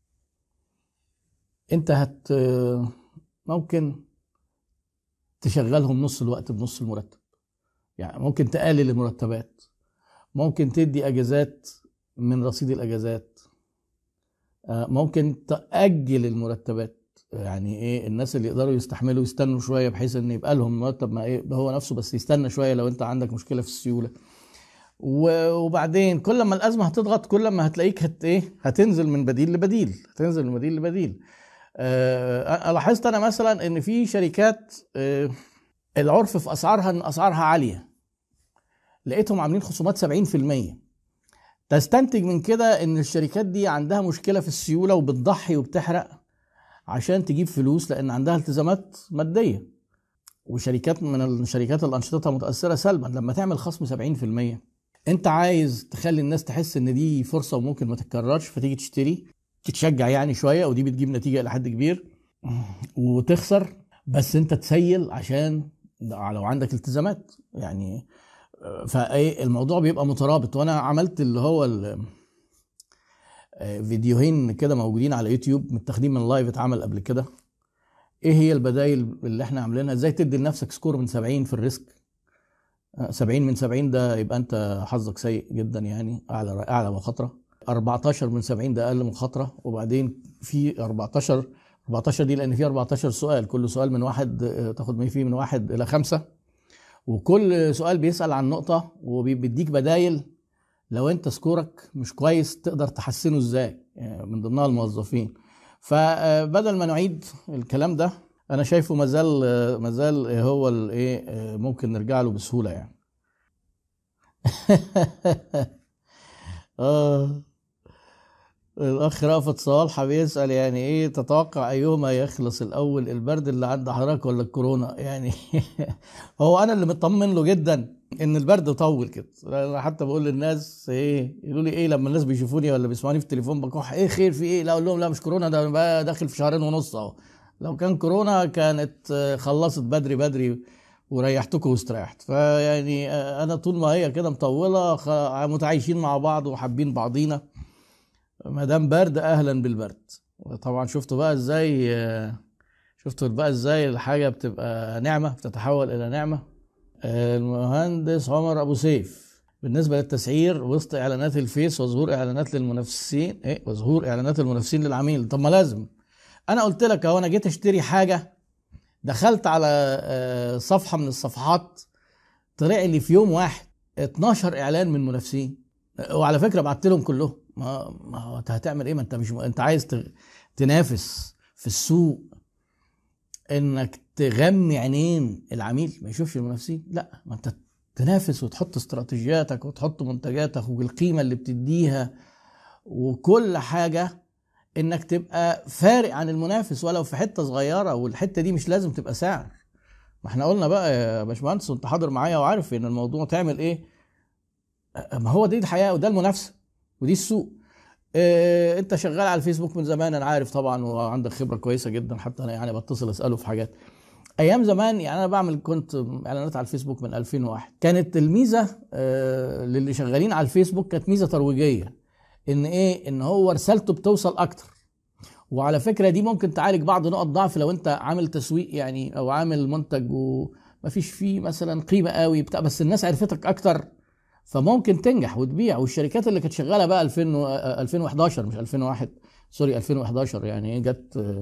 انت هت ممكن تشغلهم نص الوقت بنص المرتب، يعني ممكن تقلل المرتبات، ممكن تدي اجازات من رصيد الاجازات، ممكن تأجل المرتبات. يعني ايه الناس اللي يقدروا يستحملوا يستنوا شويه بحيث ان يبقى لهم مرتب ما ايه هو نفسه، بس يستنى شويه لو انت عندك مشكله في السيوله. وبعدين كل ما الازمه هتضغط كل ما هتلاقيك هت ايه هتنزل من بديل لبديل، هتنزل من بديل لبديل. أه لاحظت انا مثلا ان في شركات أه العرف في اسعارها ان اسعارها عاليه، لقيتهم عاملين خصومات سبعين في المية. تستنتج من كده ان الشركات دي عندها مشكله في السيوله وبتضحي وبتحرق عشان تجيب فلوس، لان عندها التزامات ماديه. وشركات من الشركات اللي انشطتها متاثره سلبا لما تعمل خصم سبعين في المية، انت عايز تخلي الناس تحس ان دي فرصه وممكن ما تتكررش، فتيجي تشتري تتشجع يعني شويه، ودي بتجيب نتيجه الى حد كبير، وتخسر بس انت تسيل عشان لو عندك التزامات يعني. فايه الموضوع بيبقى مترابط. وانا عملت اللي هو فيديوهين كده موجودين على يوتيوب متاخدين من لايف اتعمل قبل كده. ايه هي البدايل اللي احنا عاملينها؟ ازاي تدي لنفسك سكور من سبعين في الريسك. سبعين من سبعين ده يبقى انت حظك سيء جدا يعني، اعلى اعلى مخاطره. اربعتاشر من سبعين ده اقل مخاطره. وبعدين في اربعتاشر اربعتاشر دي لان في اربعتاشر سؤال، كل سؤال من واحد تاخد فيه من واحد الى خمسة، وكل سؤال بيسأل عن نقطة وبيديك بدايل لو انت سكورك مش كويس تقدر تحسنه ازاي، من ضمنها الموظفين. فبدل ما نعيد الكلام ده، انا شايفه مازال مازال هو الايه ممكن نرجع له بسهوله يعني. اه الاخ رأفت صالح بيسأل يعني ايه تتوقع ايهما يخلص الاول، البرد اللي عند حضرتك ولا الكورونا يعني؟ هو انا اللي مطمن له جدا ان البرد طول كده. انا حتى بقول للناس ايه، يقولوا لي ايه لما الناس بيشوفوني ولا بيسمعوني في التليفون بكح، ايه خير في ايه؟ لا اقول لهم لا مش كورونا، ده بقى داخل في شهرين ونص اهو. لو كان كورونا كانت خلصت بدري بدري وريحتكم واستريحت. فيعني انا طول ما هي كده مطوله متعايشين مع بعض وحابين بعضينا، ما دام برد اهلا بالبرد. طبعا شفتوا بقى ازاي شفتوا بقى ازاي الحاجه بتبقى نعمه بتتحول الى نعمه. المهندس عمر ابو سيف، بالنسبه للتسعير وسط اعلانات الفيس وظهور اعلانات للمنافسين ايه وظهور اعلانات المنافسين للعميل، طب ما لازم. انا قلت لك اهو، انا جيت اشتري حاجه، دخلت على صفحه من الصفحات، طلع لي في يوم واحد اتناشر اعلان من منافسين، وعلى فكره بعت لهم كلهم. ما ما هو انت هتعمل ايه؟ ما انت مش م... انت عايز تنافس في السوق، انك تغمي عينين العميل ما يشوفش المنافسين؟ لا، ما انت تنافس وتحط استراتيجياتك وتحط منتجاتك والقيمه اللي بتديها وكل حاجه، انك تبقى فارق عن المنافس ولو في حته صغيره. والحته دي مش لازم تبقى سعر. ما احنا قلنا بقى يا باشمهندس وانت حاضر معايا وعارف ان الموضوع تعمل ايه. ما هو دي الحياه وده المنافسه ودي السوق. إيه، انت شغال على الفيسبوك من زمان انا عارف طبعا، وعندك خبره كويسه جدا، حتى انا يعني بتصل اساله في حاجات. ايام زمان يعني انا بعمل كنت اعلانات على الفيسبوك من ألفين وواحد، كانت الميزه آه للي شغالين على الفيسبوك كانت ميزه ترويجيه، ان ايه ان هو رسالته بتوصل اكتر. وعلى فكره دي ممكن تعالج بعض نقط ضعف لو انت عامل تسويق يعني، او عامل منتج ومفيش فيه مثلا قيمه قوي بتاع، بس الناس عرفتك اكتر فممكن تنجح وتبيع. والشركات اللي كانت شغاله بقى ألفين و ألفين وحداشر مش ألفين وواحد، سوري ألفين وحداشر، يعني جت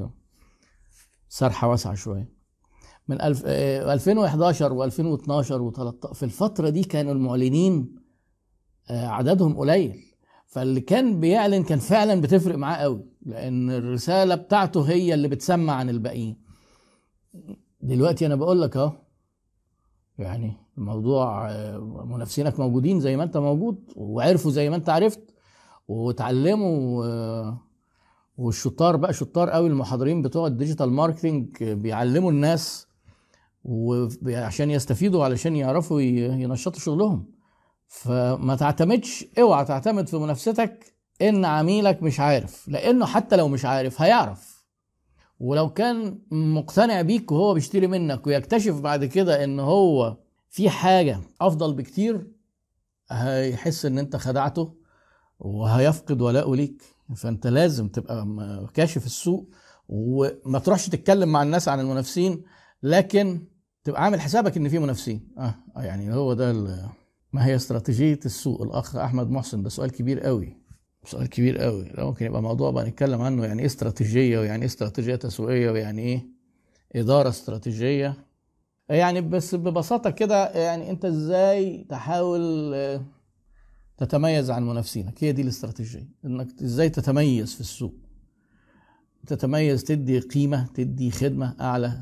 سرحه واسعه شويه من ألفين وحداشر وألفين واتناشر وتلتاشر. في الفتره دي كانوا المعلنين عددهم قليل، فاللي كان بيعلن كان فعلا بتفرق معاه قوي، لان الرساله بتاعته هي اللي بتسمع عن الباقيين. دلوقتي انا بقول لك اهو، يعني الموضوع منافسينك موجودين زي ما انت موجود، وعرفوا زي ما انت عرفت، وتعلموا. والشطار بقى شطار قوي المحاضرين بتوع الديجيتال ماركتنج، بيعلموا الناس وعشان يستفيدوا علشان يعرفوا ينشطوا شغلهم. فما تعتمدش، اوعى تعتمد في منافستك ان عميلك مش عارف، لانه حتى لو مش عارف هيعرف. ولو كان مقتنع بيك وهو بيشتري منك ويكتشف بعد كده ان هو في حاجة افضل بكتير، هيحس ان انت خدعته وهيفقد ولاءه ليك. فانت لازم تبقى كاشف السوق، وما تروحش تتكلم مع الناس عن المنافسين، لكن تبقى عامل حسابك ان في منافسين. اه يعني هو ده. ما هي استراتيجية السوق؟ الاخ احمد محسن، ده سؤال كبير قوي، سؤال كبير قوي، ممكن يبقى موضوع بقى نتكلم عنه. يعني ايه استراتيجية، ويعني ايه استراتيجية تسويقية، ويعني ايه إدارة استراتيجية؟ يعني بس ببساطة كده، يعني انت ازاي تحاول تتميز عن منافسينك، هي دي الاستراتيجية. انك ازاي تتميز في السوق، تتميز، تدي قيمة، تدي خدمة اعلى،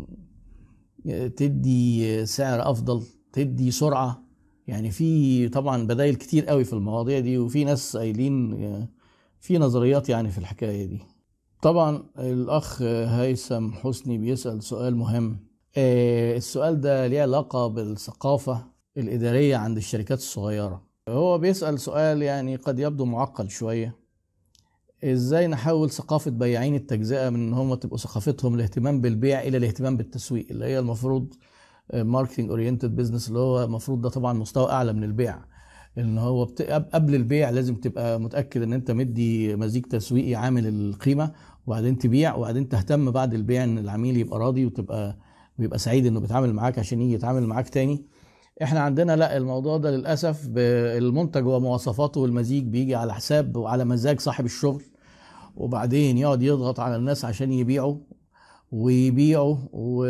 تدي سعر افضل، تدي سرعة. يعني في طبعا بدائل كتير قوي في المواضيع دي، وفي ناس قايلين في نظريات يعني في الحكاية دي. طبعا الاخ هيثم حسني بيسأل سؤال مهم. السؤال ده ليه علاقة بالثقافة الإدارية عند الشركات الصغيرة. هو بيسأل سؤال يعني قد يبدو معقد شوية. ازاي نحول ثقافة بياعين التجزئة من ان هم تبقوا ثقافتهم الاهتمام بالبيع الى الاهتمام بالتسويق، اللي هي المفروض ماركتنج اورينتد بزنس، اللي هو المفروض ده طبعا مستوى اعلى من البيع. ان هو بت... قبل البيع لازم تبقى متأكد ان انت مدي مزيج تسويقي عامل القيمة، وبعدين تبيع، وبعدين تهتم بعد البيع ان العميل يبقى راضي وتبقى ويبقى سعيد انه بيتعامل معاك عشان يجي يتعامل معاك تاني. احنا عندنا لا، الموضوع ده للأسف المنتج ومواصفاته والمزيج بيجي على حساب وعلى مزاج صاحب الشغل، وبعدين يقعد يضغط على الناس عشان يبيعوا ويبيعوا،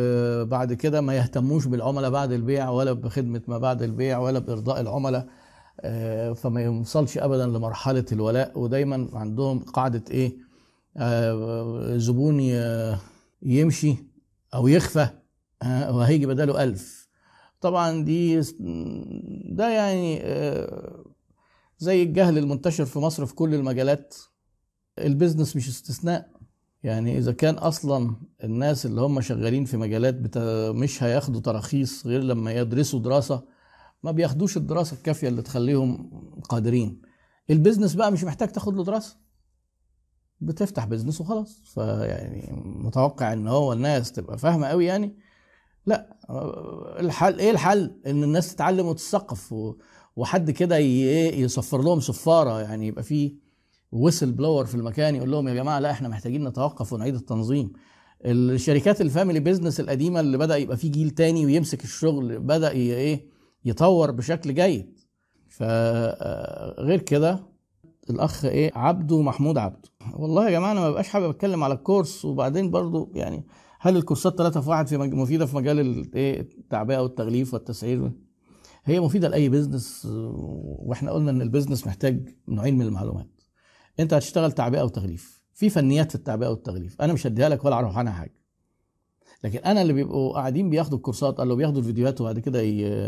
وبعد كده ما يهتموش بالعملاء بعد البيع، ولا بخدمة ما بعد البيع، ولا بإرضاء العملاء، آه، فما يوصلش ابدا لمرحله الولاء، ودايما عندهم قاعده ايه، آه، زبون ي- يمشي او يخفى آه، وهيجي بداله ألف. طبعا دي ده يعني آه، زي الجهل المنتشر في مصر في كل المجالات. البيزنس مش استثناء. يعني اذا كان اصلا الناس اللي هم شغالين في مجالات بتا مش هياخدوا تراخيص غير لما يدرسوا دراسة، ما بياخدوش الدراسة الكافية اللي تخليهم قادرين. البيزنس بقى مش محتاج تاخد له دراسة، بتفتح بيزنس وخلاص. فيعني متوقع ان هو الناس تبقى فاهمة قوي يعني؟ لا. الحل ايه؟ الحل ان الناس تتعلم وتثقف، و- وحد كده ي- إيه يصفر لهم صفارة، يعني يبقى فيه ويسل بلور في المكان يقول لهم يا جماعة لا، احنا محتاجين نتوقف ونعيد التنظيم. الشركات الفاميلي بيزنس القديمة اللي بدأ يبقى فيه جيل تاني ويمسك الشغل، بدأ ي- ايه يطور بشكل جيد. فغير كده الاخ ايه عبده محمود عبده، والله يا جماعه انا ما بقاش حابب اتكلم على الكورس. وبعدين برضو يعني هل الكورسات ثلاثة في واحد في مج- مفيده في مجال ال- ايه التعبئه والتغليف والتسعير؟ هي مفيده لاي بيزنس، واحنا قلنا ان البيزنس محتاج نوعين من المعلومات. انت هتشتغل تعبئه وتغليف، في فنيات في التعبئه والتغليف انا مش هديها لك ولا اعرف عنها حاجه، لكن انا اللي بيبقوا قاعدين بياخدوا الكورسات اللي بياخدوا الفيديوهات وبعد كده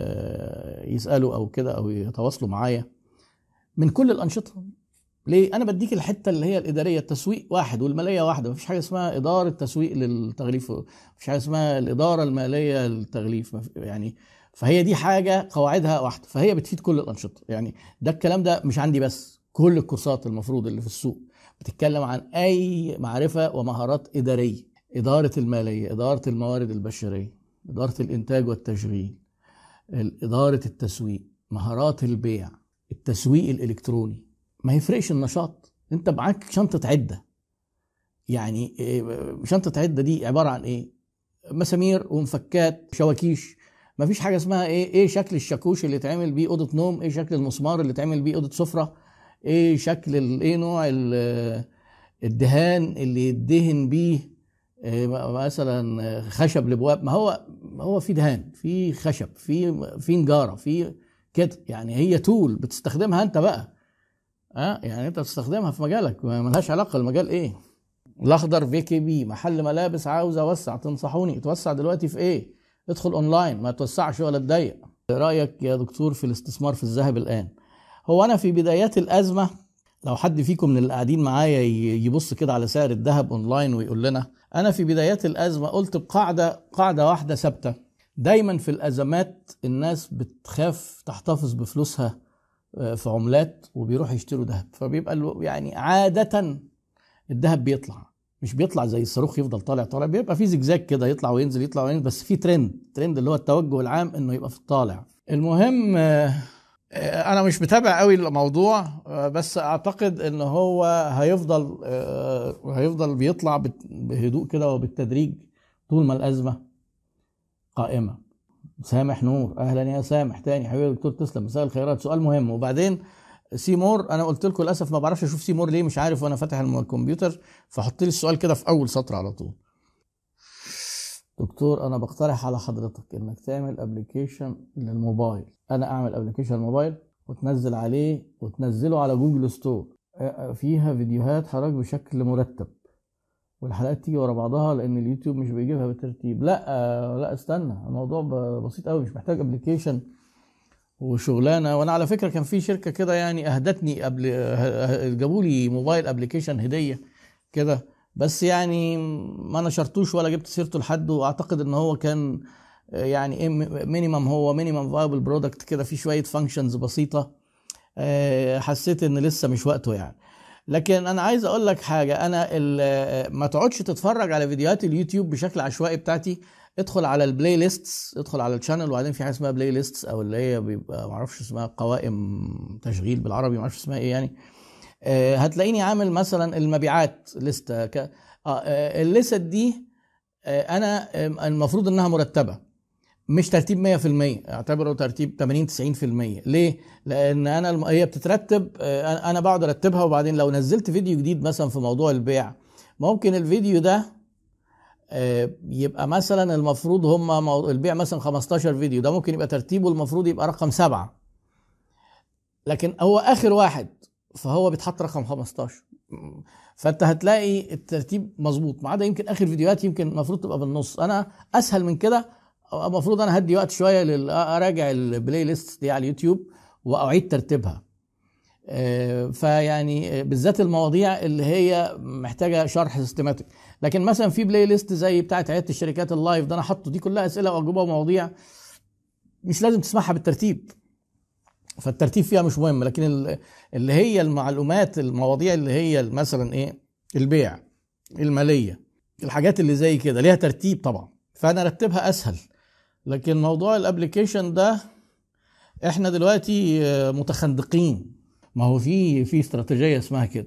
ي- يسالوا او كده او يتواصلوا معايا من كل الانشطه. ليه؟ انا بديك الحته اللي هي الاداريه، التسويق واحد والماليه واحده، مفيش حاجه اسمها اداره تسويق للتغليف، مفيش حاجه اسمها الاداره الماليه للتغليف يعني. فهي دي حاجه قواعدها واحده، فهي بتفيد كل الانشطه يعني. ده الكلام ده مش عندي بس، كل الكورسات المفروض اللي في السوق بتتكلم عن اي معرفه ومهارات اداريه: اداره الماليه، اداره الموارد البشريه، اداره الانتاج والتشغيل، اداره التسويق، مهارات البيع، التسويق الالكتروني. ما يفرقش النشاط، انت معاك شنطه عده. يعني إيه شنطه عده دي؟ عباره عن ايه؟ مسامير ومفكات شواكيش. ما فيش حاجه اسمها ايه ايه شكل الشاكوش اللي يتعمل بيه اوضه نوم، ايه شكل المسمار اللي يتعمل بيه اوضه سفره، ايه شكل ال- ايه نوع ال- الدهان اللي يدهن بيه إيه مثلا خشب الابواب. ما هو ما هو في دهان، في خشب، في في نجاره، في كده يعني. هي تول بتستخدمها انت بقى، اه يعني انت بتستخدمها في مجالك، ما ملهاش علاقه المجال ايه. الاخضر في كي بي محل ملابس، عاوز اوسع، تنصحوني اتوسع دلوقتي في ايه؟ ادخل اونلاين، ما توسعش ولا تضيق. رايك يا دكتور في الاستثمار في الذهب الان؟ هو انا في بدايات الازمه، لو حد فيكم من اللي قاعدين معايا ي- يبص كده على سعر الذهب اونلاين ويقول لنا، انا في بدايات الازمه قلت بقاعده قاعده واحده ثابته: دايما في الازمات الناس بتخاف تحتفظ بفلوسها في عملات وبيروحوا يشتروا ذهب، فبيبقى الو- يعني عادة الذهب بيطلع، مش بيطلع زي الصاروخ يفضل طالع طالع، بيبقى في زجزاج كده، يطلع وينزل يطلع وينزل، بس في ترند ترند اللي هو التوجه العام انه يبقى في الطالع. المهم آه، آه، انا مش متابع قوي الموضوع، آه، بس اعتقد ان هو هيفضل آه، هيفضل بيطلع بت- بهدوء كده وبالتدريج طول ما الازمة قائمة. سامح نور، اهلا يا سامح تاني حبيبي يا دكتور، تسلم، مساء الخيرات. سؤال مهم. وبعدين سيمور، انا قلت لكم للاسف ما بعرفش اشوف سيمور ليه مش عارف وانا فاتح الكمبيوتر، فحط لي السؤال كده في اول سطر على طول. دكتور انا بقترح على حضرتك انك تعمل ابلكيشن للموبايل. انا اعمل ابلكيشن موبايل وتنزل عليه وتنزله على جوجل ستور، فيها فيديوهات حضرتك بشكل مرتب، والحلقات تيجي ورا بعضها لان اليوتيوب مش بيجيبها بالترتيب. لا لا استنى، الموضوع بسيط قوي، مش محتاج ابلكيشن وشغلانه. وانا على فكره كان في شركه كده يعني اهدتني قبل، جابوا لي موبايل ابلكيشن هديه كده، بس يعني ما نشرتوش ولا جبت سيرته لحد، واعتقد ان هو كان يعني ايه مينيمم، هو مينيمم فايبل برودكت كده، في شويه فانكشنز بسيطه. حسيت ان لسه مش وقته يعني. لكن انا عايز اقول لك حاجه، انا ما تقعدش تتفرج على فيديوهات اليوتيوب بشكل عشوائي بتاعتي. ادخل على البلاي ليستس، ادخل على الشانل، وبعدين في حاجه اسمها بلاي ليستس، او اللي هي بيبقى ما اعرفش اسمها قوائم تشغيل بالعربي، ما اعرفش اسمها ايه يعني. آه هتلاقيني عامل مثلا المبيعات لسته ك... آه آه الليست دي آه انا آه المفروض انها مرتبه، مش ترتيب مية في المية، اعتبره ترتيب ثمانين تسعين في المية. ليه؟ لان انا الم... هي بتترتب، انا بقعد ارتبها، وبعدين لو نزلت فيديو جديد مثلا في موضوع البيع، ممكن الفيديو ده يبقى مثلا المفروض هم البيع مثلا خمستاشر فيديو، ده ممكن يبقى ترتيبه المفروض يبقى رقم سبعة. لكن هو اخر واحد فهو بيتحط رقم خمستاشر. فانت هتلاقي الترتيب مظبوط، ما عدا يمكن اخر فيديوهات يمكن المفروض تبقى بالنص. انا اسهل من كده، المفروض انا هدي وقت شويه اراجع البلاي ليست دي على اليوتيوب واعيد ترتيبها. فيعني بالذات المواضيع اللي هي محتاجه شرح سيستماتيك. لكن مثلا في بلاي ليست زي بتاعه عياده الشركات اللايف ده، انا حاطه دي كلها اسئله واجوبه ومواضيع مش لازم تسمعها بالترتيب، فالترتيب فيها مش مهم. لكن اللي هي المعلومات، المواضيع اللي هي مثلا ايه، البيع، الماليه، الحاجات اللي زي كده ليها ترتيب طبعا، فانا ارتبها اسهل. لكن موضوع الابليكيشن ده احنا دلوقتي متخندقين. ما هو في في استراتيجيه اسمها كده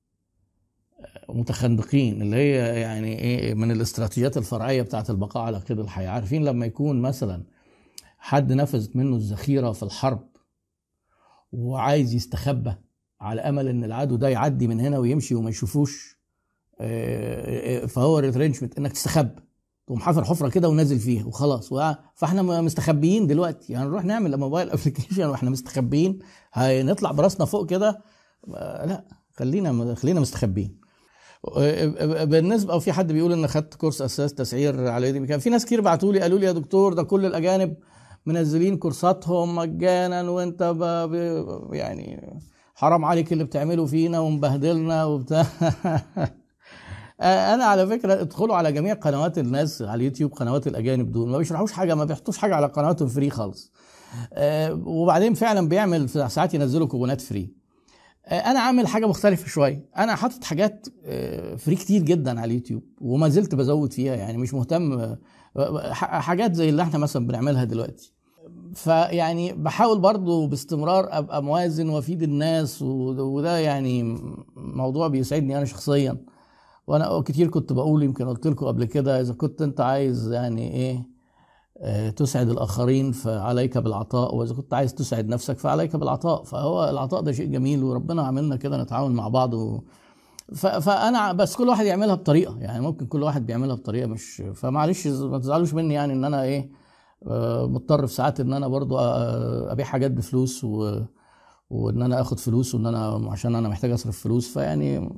متخندقين، اللي هي يعني ايه، من الاستراتيجيات الفرعيه بتاعه البقاء على قيد الحياه. عارفين لما يكون مثلا حد نفذت منه الذخيره في الحرب وعايز يستخبى على امل ان العدو ده يعدي من هنا ويمشي وما يشوفوش، فهو ريترينشمنت، انك تستخبى، تقوم حافر حفره كده ونازل فيها وخلاص. فاحنا مستخبيين دلوقتي، يعني نروح نعمل موبايل ابلكيشن واحنا مستخبيين، هنطلع براسنا فوق كده؟ لا، خلينا خلينا مستخبيين. بالنسبه، او في حد بيقول ان خدت كورس اساس تسعير على يوديمي. كان في ناس كتير بعتوا لي قالوا لي يا دكتور ده كل الاجانب منزلين كورساتهم مجانا، وانت ب... يعني حرام عليك اللي بتعمله فينا ومبهدلنا وبتاع. انا على فكره ادخلوا على جميع قنوات الناس على اليوتيوب، قنوات الاجانب دول ما بيشرحوش حاجه، ما بيحطوش حاجه على قنواتهم فري خالص. وبعدين فعلا بيعمل ساعات ينزلوا كوبونات فري. انا عامل حاجه مختلفه شويه، انا حاطط حاجات فري كتير جدا على اليوتيوب وما زلت بزود فيها، يعني مش مهتم. حاجات زي اللي احنا مثلا بنعملها دلوقتي، فيعني بحاول برضو باستمرار ابقى موازن وافيد الناس، وده يعني موضوع بيسعدني انا شخصيا. وانا كتير كنت بقول، يمكن قلت لكم قبل كده، اذا كنت انت عايز يعني ايه تسعد الاخرين فعليك بالعطاء، واذا كنت عايز تسعد نفسك فعليك بالعطاء. فهو العطاء ده شيء جميل، وربنا عملنا كده نتعاون مع بعض. و... فانا بس كل واحد يعملها بطريقه، يعني ممكن كل واحد بيعملها بطريقه مش، فمعلش ما تزعلوش مني يعني ان انا ايه مضطر في ساعات ان انا برضو ابيع حاجات بفلوس، و... وان انا اخد فلوس، وان انا عشان انا محتاج اصرف فلوس. فيعني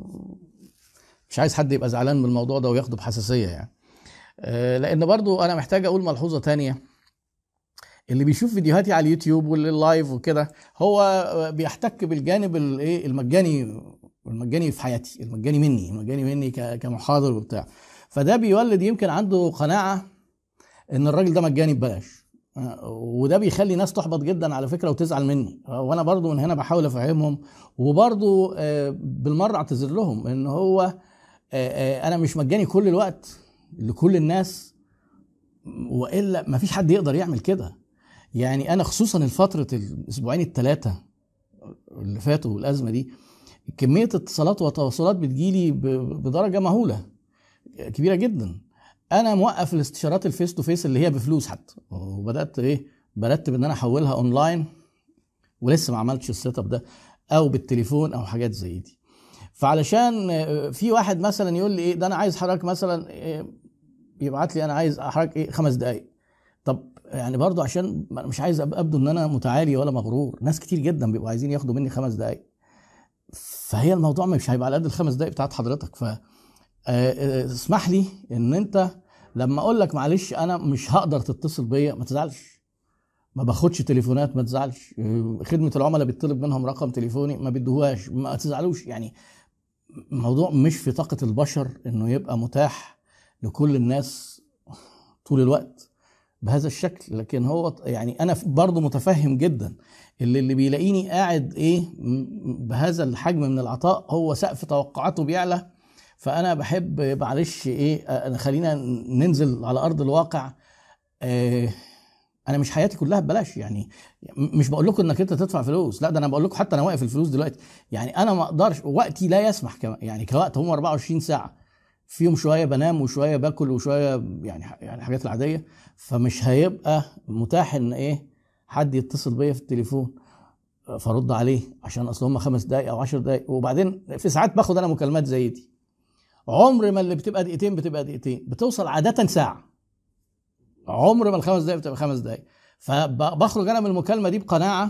مش عايز حد يبقى زعلان من الموضوع ده وياخده بحساسيه يعني. لان برضو انا محتاج اقول ملحوظه تانية. اللي بيشوف فيديوهاتي على اليوتيوب واللايف وكده هو بيحتك بالجانب الايه المجاني، المجاني في حياتي، المجاني مني، المجاني مني كمحاضر وبتاع. فده بيولد يمكن عنده قناعه ان الراجل ده مجاني ببلاش، وده بيخلي ناس تحبط جدا على فكره وتزعل مني. وانا برضو من هنا بحاول افهمهم، وبرضو بالمره اعتذر لهم ان هو انا مش مجاني كل الوقت لكل الناس، والا ما فيش حد يقدر يعمل كده. يعني انا خصوصا الفتره الاسبوعين الثلاثه اللي فاتوا والازمه دي، كميه اتصالات وتواصلات بتجيلي بدرجه مهوله كبيره جدا. انا موقف الاستشارات الفيس تو فيس اللي هي بفلوس حتى، وبدات ايه برتب ان انا احولها اونلاين، ولسه ما عملتش السيت اب ده، او بالتليفون او حاجات زي دي. فعلشان في واحد مثلا يقول لي ايه ده، انا عايز حضرتك مثلا إيه، يبعت لي انا عايز حضرتك ايه خمس دقائق. طب يعني برضو عشان مش عايز ابدو ان انا متعالي ولا مغرور، ناس كتير جدا بيبقوا عايزين ياخدوا مني خمس دقائق، فهي الموضوع مش هيبقى على قد الخمس دقائق بتاعت حضرتك. ف اسمح لي ان انت لما اقول لك معلش انا مش هقدر تتصل بيا ما تزعلش، ما باخدش تليفونات ما تزعلش، خدمه العملاء بيطلب منهم رقم تليفوني ما بيدوهاش ما تزعلوش. يعني الموضوع مش في طاقه البشر انه يبقى متاح لكل الناس طول الوقت بهذا الشكل. لكن هو يعني انا برضو متفهم جدا اللي اللي بيلاقيني قاعد ايه بهذا الحجم من العطاء هو سقف توقعاته بيعلى. فانا بحب معلش ايه خلينا ننزل على ارض الواقع. اه انا مش حياتي كلها ببلاش، يعني مش بقول لكم انك انت تدفع فلوس، لا ده انا بقول لكم حتى انا واقف الفلوس دلوقتي. يعني انا ما اقدرش، وقتي لا يسمح كمان، يعني كوقت هم اربعة وعشرين ساعه، فيهم شويه بنام وشويه باكل وشويه يعني يعني الحاجات العاديه. فمش هيبقى متاح ان ايه حد يتصل بيا في التليفون فرد عليه عشان اصل هم خمس دقائق او عشر دقائق. وبعدين في ساعات باخد انا مكالمات زي دي، عمر ما اللي بتبقى دقيقتين بتبقى دقيقتين، بتوصل عاده ساعه. عمر ما الخمس دقائق بتبقى خمس دقائق. فبخرج انا من المكالمه دي بقناعه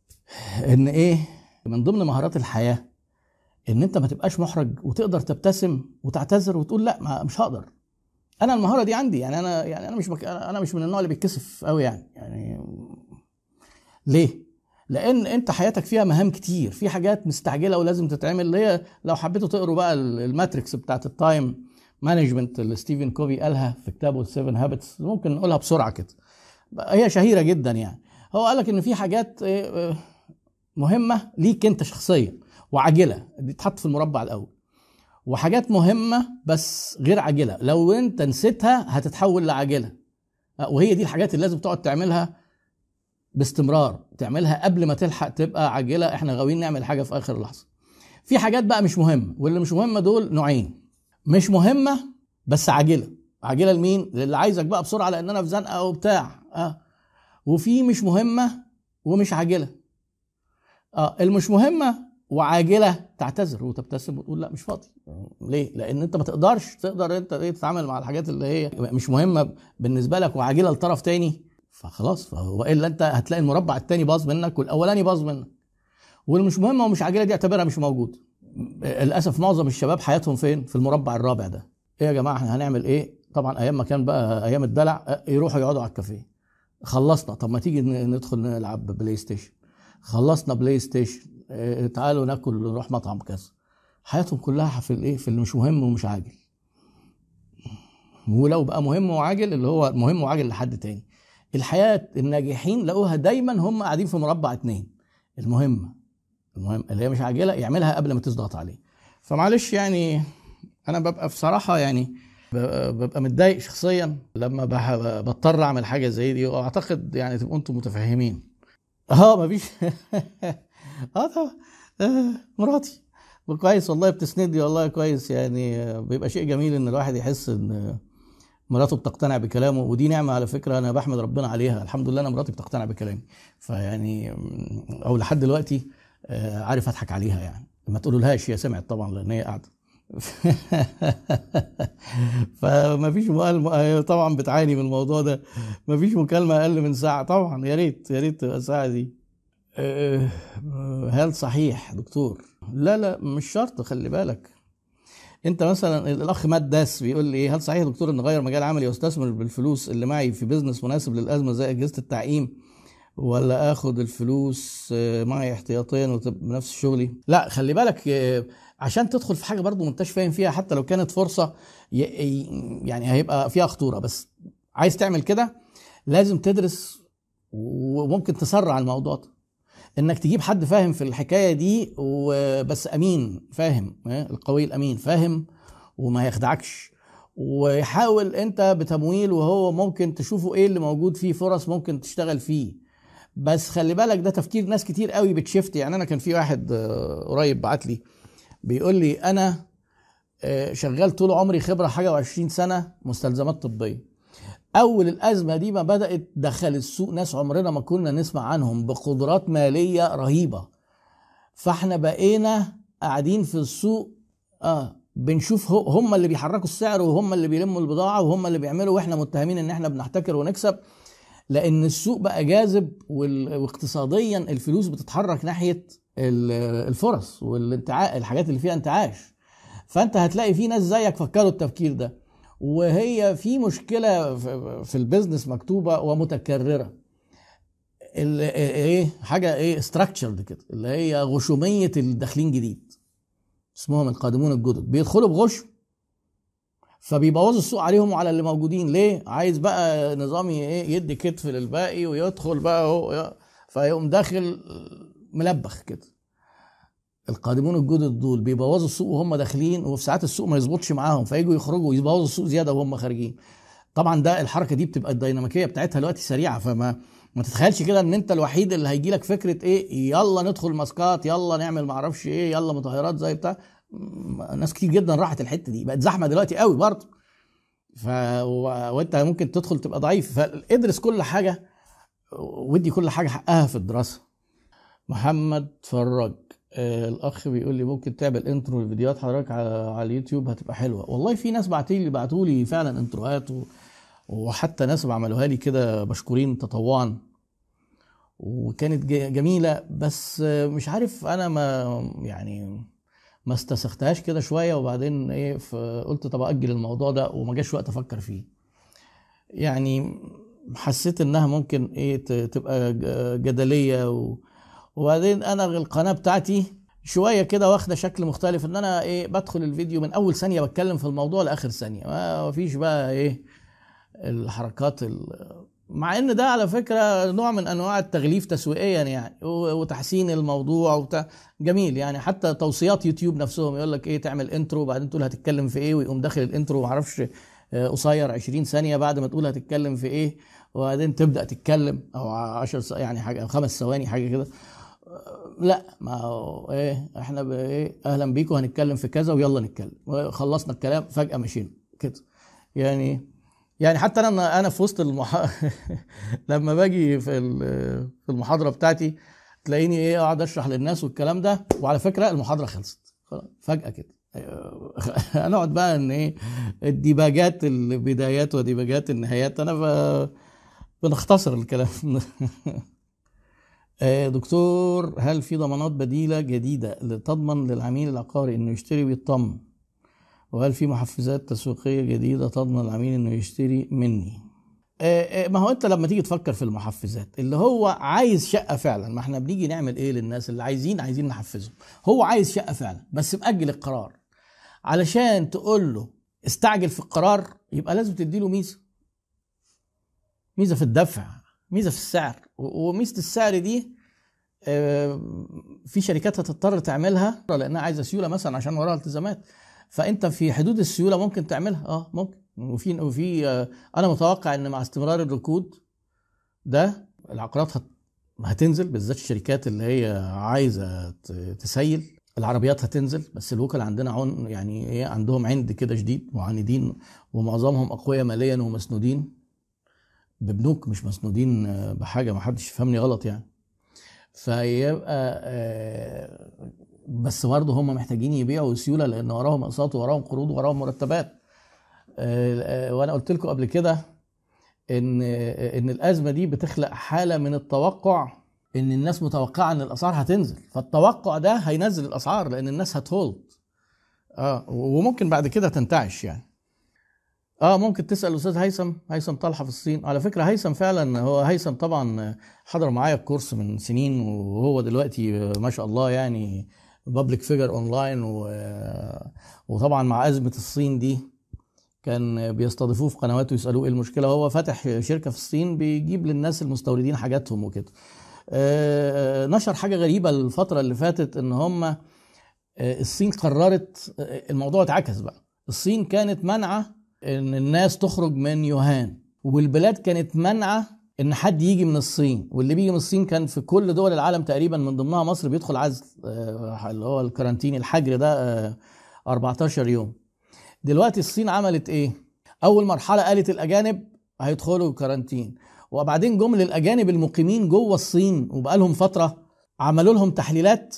ان ايه من ضمن مهارات الحياه ان انت ما تبقاش محرج وتقدر تبتسم وتعتذر وتقول لا ما مش هقدر. انا المهاره دي عندي، يعني انا يعني انا مش بك... انا مش من النوع اللي بيتكسف قوي يعني يعني ليه؟ لان انت حياتك فيها مهام كتير، في حاجات مستعجله ولازم تتعمل، اللي هي لو حبيتوا تقروا بقى الماتريكس بتاعت التايم مانجمنت اللي ستيفن كوفي قالها في كتابه السيفن هابتس، ممكن نقولها بسرعه كده، هي شهيره جدا. يعني هو قالك ان في حاجات مهمه ليك انت شخصيا وعاجله، دي تحط في المربع الاول، وحاجات مهمه بس غير عاجله لو انت نسيتها هتتحول لعاجله، وهي دي الحاجات اللي لازم تقعد تعملها باستمرار، تعملها قبل ما تلحق تبقى عاجله. احنا غاويين نعمل حاجه في اخر لحظه. في حاجات بقى مش مهمه، واللي مش مهمه دول نوعين، مش مهمه بس عاجله. عاجله لمين؟ للي عايزك بقى بسرعه لان انا في زنقه وبتاع اه وفي مش مهمه ومش عاجله. اه المش مهمه وعاجله تعتذر وتبتسم وتقول لا مش فاضي. ليه؟ لان انت ما تقدرش تقدر انت ايه تتعامل مع الحاجات اللي هي مش مهمه بالنسبه لك وعاجله لطرف تاني، فخلاص، والا انت هتلاقي المربع التاني باظ منك والاولاني باظ منك. والمش مهمه ومش عاجله دي اعتبرها مش موجود. للاسف معظم الشباب حياتهم فين؟ في المربع الرابع ده. ايه يا جماعه احنا هنعمل ايه؟ طبعا ايام ما كان بقى ايام الدلع يروحوا يقعدوا على الكافيه، خلصنا طب ما تيجي ندخل نلعب بلاي ستيشن، خلصنا بلاي ستيشن اه تعالوا ناكل نروح مطعم كذا. حياتهم كلها في الايه؟ في اللي مش مهم ومش عاجل. ولو بقى مهم وعاجل اللي هو مهم وعاجل لحد تاني. الحياة الناجحين لقوها دايما هم قاعدين في مربع اتنين، المهم المهم اللي هي مش عاجلة يعملها قبل ما تضغط عليه. فمعلش يعني انا ببقى بصراحة يعني ببقى متضايق شخصيا لما بضطر اعمل حاجة زي دي، واعتقد يعني تبقوا انتم متفهمين. اه مفيش اه طبعا آه مراتي كويس والله بتسندني والله كويس، يعني بيبقى شيء جميل ان الواحد يحس ان مراته بتقتنع بكلامه، ودي نعمة على فكرة أنا بحمد ربنا عليها. الحمد لله أنا مراتي بتقتنع بكلامي، فيعني أو لحد دلوقتي عارف أضحك عليها، يعني ما تقولولهاش هي سمعت طبعا لأن هي قاعدة فما فيش مكالمة طبعا بتعاني من الموضوع ده، ما فيش مكالمة أقل من ساعة طبعا، يا ريت يا ريت تبقى ساعة دي. هل صحيح دكتور؟ لا لا مش شرط، خلي بالك انت مثلا الاخ مات داس بيقول لي ايه، هل صحيح يا دكتور ان اغير مجال عملي واستثمر بالفلوس اللي معي في بيزنس مناسب للازمه زي اجهزه التعقيم، ولا اخد الفلوس معي احتياطيا وتبقى بنفس شغلي؟ لا خلي بالك عشان تدخل في حاجه برضو ما انتش فاهم فيها حتى لو كانت فرصه يعني هيبقى فيها خطوره، بس عايز تعمل كده لازم تدرس وممكن تسرع الموضوع ده، انك تجيب حد فاهم في الحكايه دي وبس امين فاهم، القوي الامين فاهم وما يخدعكش، ويحاول انت بتمويل وهو ممكن تشوفوا ايه اللي موجود فيه فرص ممكن تشتغل فيه. بس خلي بالك ده تفكير ناس كتير قوي بتشفت. يعني انا كان في واحد قريب بعت لي بيقول لي انا شغال طول عمري خبره حاجه وعشرين سنه مستلزمات طبيه، اول الازمه دي ما بدات دخل السوق ناس عمرنا ما كنا نسمع عنهم بقدرات ماليه رهيبه، فاحنا بقينا قاعدين في السوق اه بنشوف هم اللي بيحركوا السعر وهم اللي بيلموا البضاعه وهم اللي بيعملوا، واحنا متهمين ان احنا بنحتكر ونكسب، لان السوق بقى جاذب واقتصاديا الفلوس بتتحرك ناحيه الفرص والانتعاش، الحاجات اللي فيها انتعاش. فانت هتلاقي في ناس زيك فكروا التفكير ده، وهي في مشكله في البيزنس مكتوبه ومتكرره، ايه حاجه ايه ستراكشرد كده، اللي هي غشوميه الداخلين جديد اسمهم القادمون الجدد، بيدخلوا بغشم فبيبوظوا السوق عليهم وعلى اللي موجودين. ليه؟ عايز بقى نظامي ايه يدي كتف للباقي ويدخل بقى هو، فيقوم داخل ملبخ كده. القادمون الجدد دول بيبوظوا السوق وهم داخلين، وفي ساعات السوق ما يظبطش معاهم فييجوا يخرجوا يبوظوا السوق زياده وهم خارجين. طبعا ده الحركه دي بتبقى الديناميكيه بتاعتها دلوقتي سريعه، فما ما تتخيلش كده ان انت الوحيد اللي هيجي لك فكره ايه يلا ندخل ماسكات يلا نعمل معرفش ايه يلا مطهرات زي بتاع. ناس كتير جدا راحت الحته دي، بقت زحمه دلوقتي قوي برضه، ف وانت ممكن تدخل تبقى ضعيف. فادرس كل حاجه ودي كل حاجه حقها في الدراسه. محمد فراج آه الاخ بيقول لي ممكن تعمل انترو لفيديوهات حضرتك على, على اليوتيوب هتبقى حلوه. والله في ناس بعتولي بعتولي فعلا انتروهات و... وحتى ناس عملوها لي كده مشكورين تطوعا، وكانت جميله، بس مش عارف انا ما يعني ما استسختهاش كده شويه، وبعدين ايه قلت طب اجل الموضوع ده، وما جاش وقت افكر فيه. يعني حسيت انها ممكن ايه تبقى جدليه و... وبعدين انا القناه بتاعتي شويه كده واخده شكل مختلف، ان انا ايه بدخل الفيديو من اول ثانيه بتكلم في الموضوع لاخر ثانيه، ما فيش بقى ايه الحركات ال... مع ان ده على فكره نوع من انواع التغليف تسويقيا يعني وتحسين الموضوع وبتاع جميل يعني. حتى توصيات يوتيوب نفسهم يقول لك ايه تعمل انترو وبعدين تقول هتتكلم في ايه، ويقوم داخل الانترو ما اعرفش قصير عشرين ثانيه بعد ما تقول هتتكلم في ايه، وبعدين تبدا تتكلم او عشر يعني حاجه او خمس ثواني حاجه كده. لا ما هو ايه احنا بايه اهلا بيكم هنتكلم في كذا ويلا نتكلم، خلصنا الكلام فجاه مشينا كده يعني. يعني حتى انا انا في وسط المح... لما باجي في في المحاضره بتاعتي تلاقيني ايه اقعد اشرح للناس والكلام ده، وعلى فكره المحاضره خلصت فجاه كده. هنقعد بقى ان ايه الديباجات البدايات وديباجات النهايات، انا ب... بنختصر الكلام. دكتور، هل في ضمانات بديله جديده لتضمن للعميل العقاري انه يشتري ويطمن؟ وهل في محفزات تسويقيه جديده تضمن العميل انه يشتري مني؟ ما هو انت لما تيجي تفكر في المحفزات، اللي هو عايز شقه فعلا، ما احنا بنيجي نعمل ايه للناس اللي عايزين عايزين نحفزهم، هو عايز شقه فعلا بس مأجل القرار، علشان تقول له استعجل في القرار يبقى لازم تديله ميزه ميزه في الدفع، ميزه في السعر. وميزه السعر دي في شركات هتضطر تعملها لانها عايزه سيوله مثلا عشان وراها التزامات، فانت في حدود السيوله ممكن تعملها اه ممكن. وفي وفي انا متوقع ان مع استمرار الركود ده العقارات هتنزل، بالذات الشركات اللي هي عايزه تسيل العربيات هتنزل، بس الوكلاء عندنا عن يعني ايه عندهم عند كده شديد، معاندين ومعظمهم اقوياء ماليا ومسنودين ببنوك، مش مسنودين بحاجه، ما حدش يفهمني غلط يعني. فيبقى بس برضه هم محتاجين يبيعوا سيوله لان وراهم اقساط وراهم قروض وراهم مرتبات. وانا قلت لكم قبل كده ان ان الازمه دي بتخلق حاله من التوقع، ان الناس متوقعه ان الاسعار هتنزل، فالتوقع ده هينزل الاسعار لان الناس هتهولد اه وممكن بعد كده تنتعش يعني. اه ممكن تسال الاستاذ هيثم هيثم طلحه في الصين، على فكره هيثم فعلا هو هيثم طبعا حضر معايا الكورس من سنين، وهو دلوقتي ما شاء الله يعني بابليك فيجر اونلاين، وطبعا مع ازمه الصين دي كان بيستضيفوه في قنواته يسالوه ايه المشكله، هو فاتح شركه في الصين بيجيب للناس المستوردين حاجاتهم وكده. آه نشر حاجه غريبه الفتره اللي فاتت، ان هم آه الصين قررت الموضوع اتعكس بقى، الصين كانت منعه ان الناس تخرج من يوهان، والبلاد كانت منعه ان حد يجي من الصين، واللي بيجي من الصين كان في كل دول العالم تقريبا من ضمنها مصر بيدخل عزل آه اللي هو الكارانتين الحجر ده آه أربعتاشر يوم. دلوقتي الصين عملت ايه؟ اول مرحله قالت الاجانب هيدخلوا كارانتين، وبعدين جم للاجانب المقيمين جوه الصين وبقالهم فتره عملوا لهم تحليلات،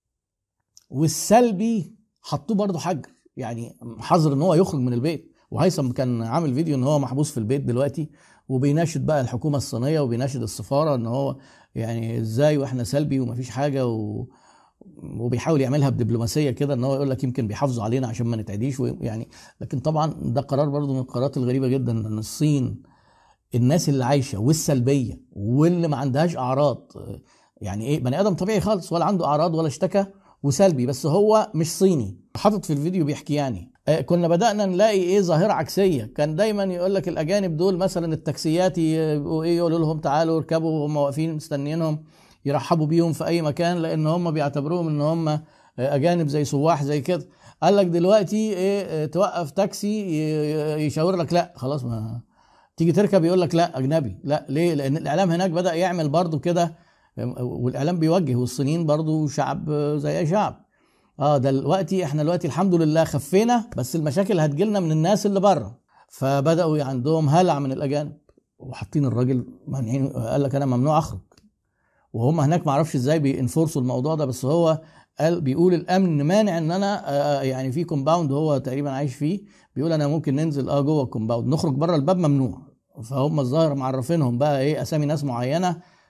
والسلبي حطوه برضه حجر، يعني حظر ان هو يخرج من البيت. وهيثم كان عامل فيديو ان هو محبوس في البيت دلوقتي، وبيناشد بقى الحكومه الصينيه وبيناشد السفاره ان هو يعني ازاي واحنا سلبي ومفيش حاجه، و وبيحاول يعملها بدبلوماسيه كده، ان هو يقول لك يمكن بيحافظوا علينا عشان ما نتعديش يعني. لكن طبعا ده قرار برضو من القرارات الغريبه جدا، ان الصين الناس اللي عايشه والسلبيه واللي ما عندهاش اعراض، يعني ايه بني ادم طبيعي خالص ولا عنده اعراض ولا اشتكى وسلبي، بس هو مش صيني. حاطط في الفيديو بيحكي يعني كنا بدأنا نلاقي ايه ظاهرة عكسية، كان دايما يقول لك الاجانب دول مثلا التاكسيات يبقوا ايه يقولوا لهم تعالوا اركبوا وهم واقفين مستنيينهم، يرحبوا بيهم في اي مكان لان هم بيعتبروهم ان هم اجانب زي سواح زي كده. قال لك دلوقتي ايه توقف تاكسي يشاور لك لا خلاص، ما تيجي تركب يقول لك لا اجنبي. لا ليه؟ لان الاعلام هناك بدأ يعمل برضو كده، والاعلام بيوجه، والصينيين برضو شعب زي اي شعب. اه دلوقتي احنا دلوقتي الحمد لله خفينا، بس المشاكل هتجيلنا من الناس اللي بره، فبداوا عندهم هلع من الاجانب وحاطين الراجل مانعين. قال لك انا ممنوع اخرج، وهم هناك ما اعرفش ازاي بينفورسوا الموضوع ده، بس هو قال بيقول الامن مانع ان انا آه يعني في كومباوند هو تقريبا عايش فيه، بيقول انا ممكن ننزل اه جوه الكومباوند، نخرج بره الباب ممنوع. فهم الظاهر معرفينهم بقى ايه اسامي ناس معينه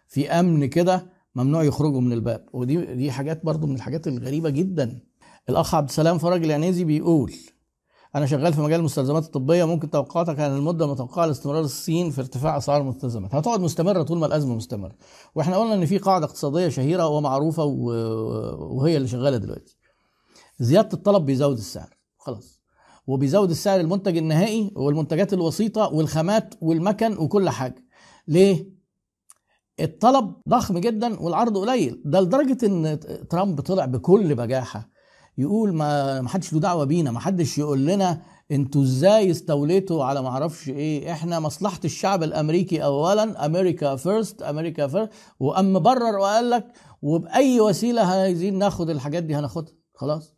في امن كده، ممنوع يخرجوا من الباب. ودي دي حاجات برضو من الحاجات الغريبه جدا. الاخ عبد السلام فرج العنيزي بيقول: انا شغال في مجال المستلزمات الطبيه، ممكن توقعاتك عن المده المتوقعه لاستمرار الصين في ارتفاع اسعار المستلزمات؟ هتقعد مستمره طول ما الازمه مستمره. واحنا قلنا ان في قاعده اقتصاديه شهيره ومعروفه وهي اللي شغاله دلوقتي: زياده الطلب بيزود السعر، خلاص، وبيزود السعر المنتج النهائي والمنتجات الوسيطه والخامات والمكن وكل حاجه. ليه؟ الطلب ضخم جدا والعرض قليل. ده لدرجه ان ترامب طلع بكل بجاحه يقول: ما ما حدش له دعوه بينا، ما حدش يقول لنا انتوا ازاي استوليتوا على ما اعرفش ايه، احنا مصلحه الشعب الامريكي اولا، امريكا فيرست، امريكا فيرست. وقام مبرر وقال لك: وباي وسيله عايزين ناخد الحاجات دي هناخدها، خلاص.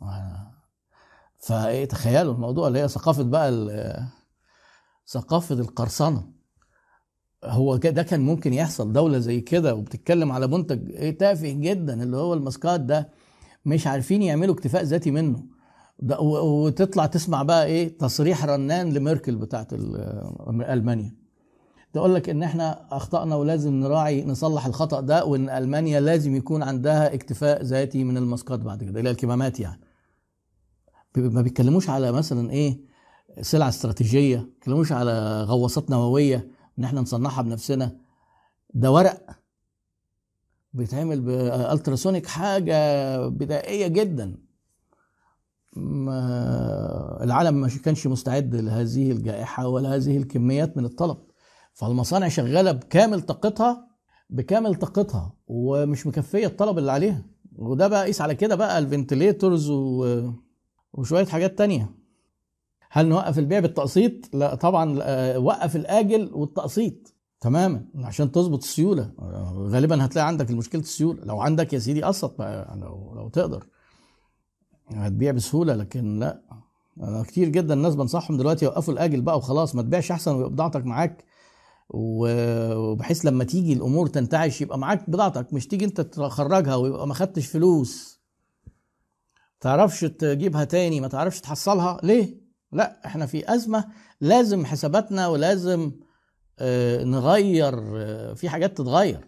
فايه، تخيلوا الموضوع اللي هي ثقافه بقى، ثقافه القرصنه. هو ده كان ممكن يحصل دولة زي كده وبتتكلم على منتج ايه تافه جدا اللي هو الماسكات ده، مش عارفين يعملوا اكتفاء ذاتي منه ده، وتطلع تسمع بقى ايه تصريح رنان لميركل بتاعت ألمانيا تقول لك ان احنا اخطأنا ولازم نراعي نصلح الخطأ ده، وان ألمانيا لازم يكون عندها اكتفاء ذاتي من الماسكات بعد كده، اللي هي الكمامات يعني. ما بيتكلموش على مثلا ايه سلع استراتيجية، ما بيتكلموش على غواصات نووية ان احنا نصنعها بنفسنا. ده ورق بيتعمل بالتراسونيك، حاجة بدائية جدا. العالم ما كانش مستعد لهذه الجائحة ولا هذه الكميات من الطلب، فالمصانع شغالة بكامل طاقتها بكامل طاقتها ومش مكفية الطلب اللي عليها. وده بقى قيس على كده بقى الفنتليتورز و... وشوية حاجات تانية. هل نوقف البيع بالتقسيط؟ لا طبعا، وقف الآجل والتقسيط تماما عشان تظبط السيولة. غالبا هتلاقي عندك المشكلة السيولة. لو عندك يا سيدي قسط لو, لو تقدر هتبيع بسهولة، لكن لا. أنا كتير جدا الناس بنصحهم دلوقتي يوقفوا الآجل بقى وخلاص، ما تبيعش أحسن ويبقى بضاعتك معاك، وبحيث لما تيجي الأمور تنتعش يبقى معاك بضاعتك، مش تيجي أنت تخرجها ويبقى ما خدتش فلوس، تعرفش تجيبها تاني، ما تعرفش تحصلها. ليه؟ لا، احنا في أزمة، لازم حساباتنا ولازم اه نغير، اه في حاجات تتغير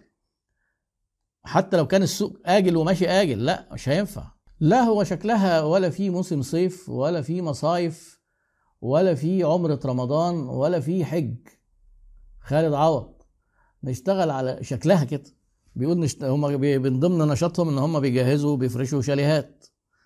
حتى لو كان السوق آجل وماشي آجل. لا مش هينفع. لا هو شكلها ولا في موسم صيف ولا في مصايف ولا في عمرة رمضان ولا في حج. خالد عوض نشتغل على شكلها كده. بيقول نشت... هم من ضمن نشاطهم ان هم بيجهزوا بيفرشوا شاليهات.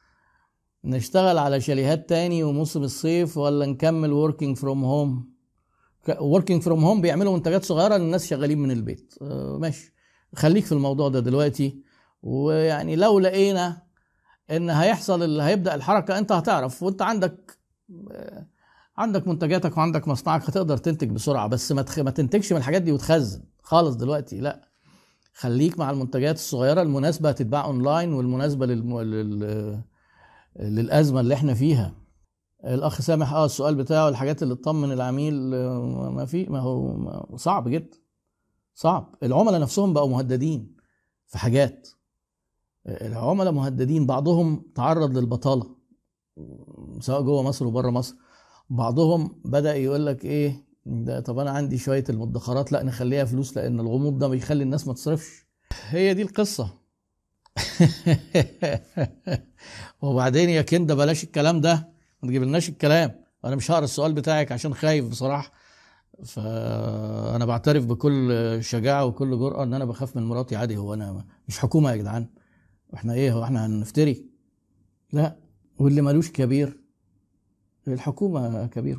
نشتغل على شاليهات تاني وموسم الصيف، ولا نكمل working from home. working from home بيعملوا منتجات صغيرة للناس شغالين من البيت. آه ماشي، خليك في الموضوع ده دلوقتي. ويعني لو لقينا ان هيحصل اللي هيبدأ الحركة، انت هتعرف، وانت عندك عندك منتجاتك وعندك مصنعك، هتقدر تنتج بسرعة. بس ما تخ... ما تنتجش من الحاجات دي وتخزن خالص دلوقتي، لا. خليك مع المنتجات الصغيرة المناسبة تتباع اونلاين والمناسبة للم... لل... للأزمة اللي احنا فيها. الأخ سامح اه السؤال بتاعه الحاجات اللي تطمن العميل، ما في ما هو صعب جدا، صعب. العملاء نفسهم بقوا مهددين في حاجات. العملاء مهددين، بعضهم تعرض للبطالة سواء جوه مصر وبره مصر. بعضهم بدأ يقول لك ايه ده، طب انا عندي شوية المدخرات، لا نخليها فلوس لان الغموض ده بيخلي الناس ما تصرفش. هي دي القصة. وبعدين يا كندا بلاش الكلام ده، ما تجيبلناش الكلام. انا مش هقرا السؤال بتاعك عشان خايف بصراحة. فانا بعترف بكل شجاعة وكل جرأة ان انا بخاف من مراتي عادي. هو انا مش حكومة يا جدعان؟ واحنا ايه، هو احنا هنفتري؟ لا. واللي مالوش كبير الحكومة كبير.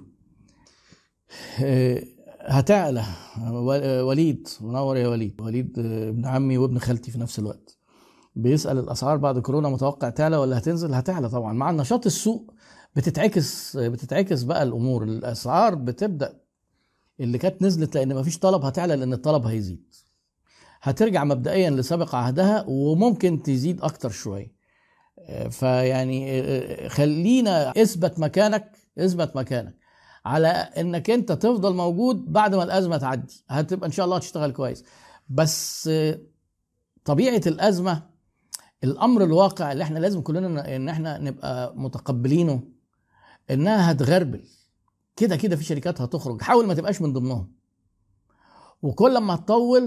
هتعلى. وليد منور يا وليد. وليد ابن عمي وابن خالتي في نفس الوقت بيسأل الأسعار بعد كورونا متوقع تعلى ولا هتنزل؟ هتعلى طبعا. مع نشاط السوق بتتعكس بتتعكس بقى الأمور. الأسعار بتبدأ اللي كانت نزلت لأن مفيش طلب هتعلى لأن الطلب هيزيد. هترجع مبدئيا لسابق عهدها وممكن تزيد أكتر شوية. فيعني خلينا اثبت مكانك اثبت مكانك على انك انت تفضل موجود بعد ما الازمه تعدي. هتبقى ان شاء الله تشتغل كويس. بس طبيعه الازمه، الامر الواقع اللي احنا لازم كلنا ان احنا نبقى متقبلينه، انها هتغربل كده كده. في شركات هتخرج، حاول ما تبقاش من ضمنهم. وكل ما تطول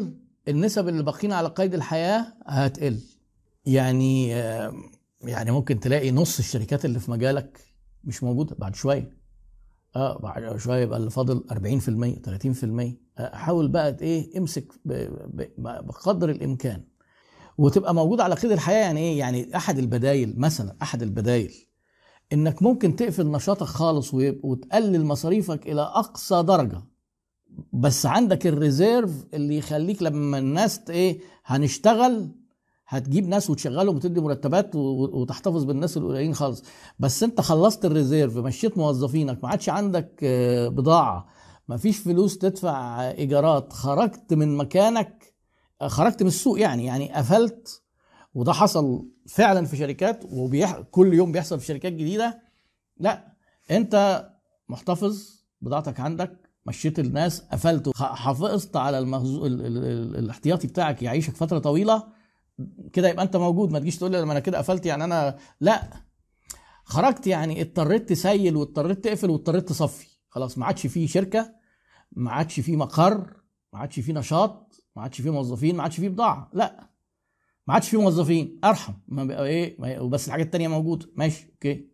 النسب اللي باقين على قيد الحياه هتقل. يعني يعني ممكن تلاقي نص الشركات اللي في مجالك مش موجوده بعد شويه. اه بعد شويه يبقى اللي فاضل أربعين في المية ثلاثين في المية. حاول بقى ايه امسك بقدر الامكان وتبقى موجود على قيد الحياه. يعني ايه؟ يعني احد البدايل مثلا احد البدايل انك ممكن تقفل نشاطك خالص وتقلل مصاريفك الى اقصى درجه، بس عندك الريزيرف اللي يخليك لما الناس ايه هنشتغل هتجيب ناس وتشغلهم وتدي مرتبات وتحتفظ بالناس القليلين خالص. بس انت خلصت الريزيرف، مشيت موظفينك، ما عادش عندك بضاعه، ما فيش فلوس تدفع ايجارات، خرجت من مكانك، خرجت من السوق. يعني يعني قفلت. وده حصل فعلا في شركات وكل يوم بيحصل في شركات جديده. لا، انت محتفظ بضاعتك عندك، مشيت الناس، قفلت، حافظت على المخزو... ال... ال... ال... الاحتياطي بتاعك يعيشك فتره طويله كده، يبقى انت موجود. ما تجيش تقول لي لما انا كده قفلت يعني انا لا، خرجت يعني اضطريت تسيل واضطريت تقفل واضطريت تصفي. خلاص ما عادش فيه شركه، ما عادش فيه مقر، ما عادش فيه نشاط، ما عادش فيه موظفين، ما عادش فيه بضاعه. لا، ما عادش فيه موظفين، ارحم ما بقى ايه، وبس الحاجات التانية موجوده. ماشي اوكي.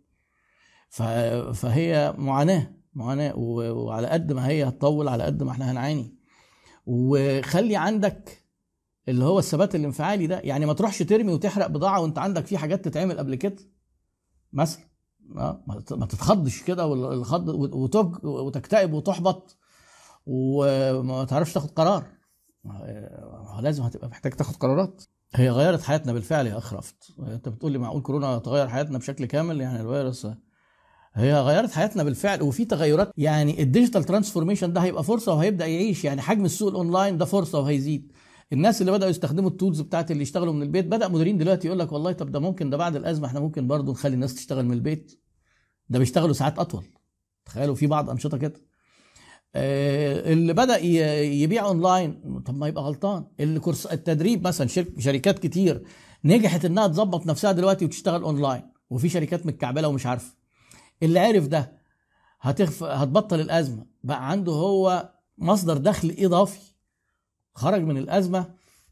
فهي معاناه معاناه، وعلى قد ما هي هتطول على قد ما احنا هنعاني. وخلي عندك اللي هو الثبات الانفعالي ده. يعني ما تروحش ترمي وتحرق بضاعه وانت عندك في حاجات تتعمل قبل كده مثلا. ما تتخضش كده والخض وتكتئب وتحبط وما تعرفش تاخد قرار. لازم هتبقى محتاج تاخد قرارات. هي غيرت حياتنا بالفعل يا اخ رفض. انت بتقول لي معقول كورونا تغير حياتنا بشكل كامل؟ يعني الفيروس هي غيرت حياتنا بالفعل وفي تغيرات. يعني الديجيتال ترانسفورميشن ده هيبقى فرصه وهيبدا يعيش. يعني حجم السوق الاونلاين ده فرصه وهيزيد. الناس اللي بداوا يستخدموا التولز بتاعت اللي يشتغلوا من البيت، بدا مديرين دلوقتي يقول لك والله طب ده ممكن ده بعد الازمه احنا ممكن برضو نخلي الناس تشتغل من البيت. ده بيشتغلوا ساعات اطول. تخيلوا في بعض انشطه كده. آه اللي بدا يبيع اونلاين، طب ما يبقى غلطان. اللي كورس التدريب مثلا، شركات كتير نجحت انها تظبط نفسها دلوقتي وتشتغل اونلاين، وفي شركات متكعبله ومش عارفه. اللي عرف ده هتخف... هتبطل الازمه، بقى عنده هو مصدر دخل اضافي، خرج من الازمه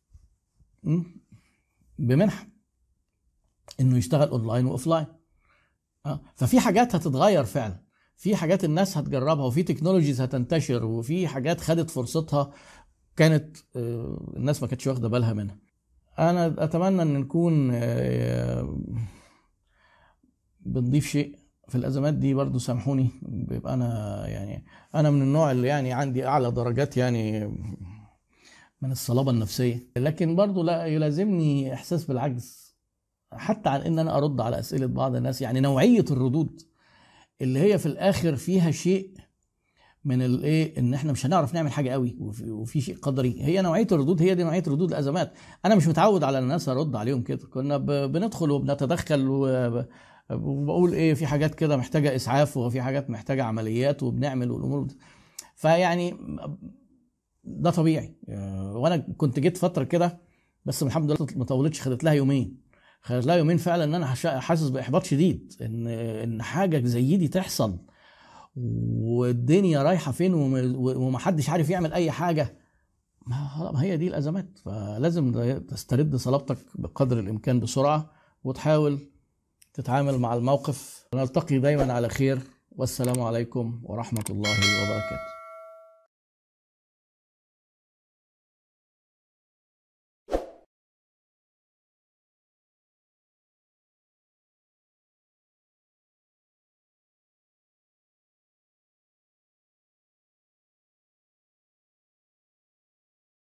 بمنحه انه يشتغل اونلاين واوفلاين. ففي حاجات هتتغير فعلا، في حاجات الناس هتجربها، وفي تكنولوجيز هتنتشر، وفي حاجات خدت فرصتها كانت الناس ما كانتش واخده بالها منها. انا اتمنى ان نكون بنضيف شيء في الازمات دي. برضو سامحوني، بيبقى انا يعني انا من النوع اللي يعني عندي اعلى درجات يعني من الصلابه النفسيه، لكن برضو لا يلازمني احساس بالعجز حتى عن ان انا ارد على اسئله بعض الناس. يعني نوعيه الردود اللي هي في الاخر فيها شيء من الايه، ان احنا مش هنعرف نعمل حاجه قوي وفي شيء قدري. هي نوعيه الردود، هي دي نوعيه ردود الازمات. انا مش متعود على الناس ارد عليهم كده. كنا بندخل وبنتدخل وبقول ايه، في حاجات كده محتاجه اسعاف وفي حاجات محتاجه عمليات وبنعمل والامور. فيعني ده طبيعي. وانا كنت جيت فتره كده، بس الحمد لله ما طولتش، خدت لها يومين خدت لها يومين فعلا ان انا حاسس باحباط شديد ان ان حاجه زي دي تحصل والدنيا رايحه فين ومحدش عارف يعمل اي حاجه. ما هي دي الازمات. فلازم تسترد صلابتك بقدر الامكان بسرعه وتحاول تتعامل مع الموقف. نلتقي دايما على خير، والسلام عليكم ورحمه الله وبركاته.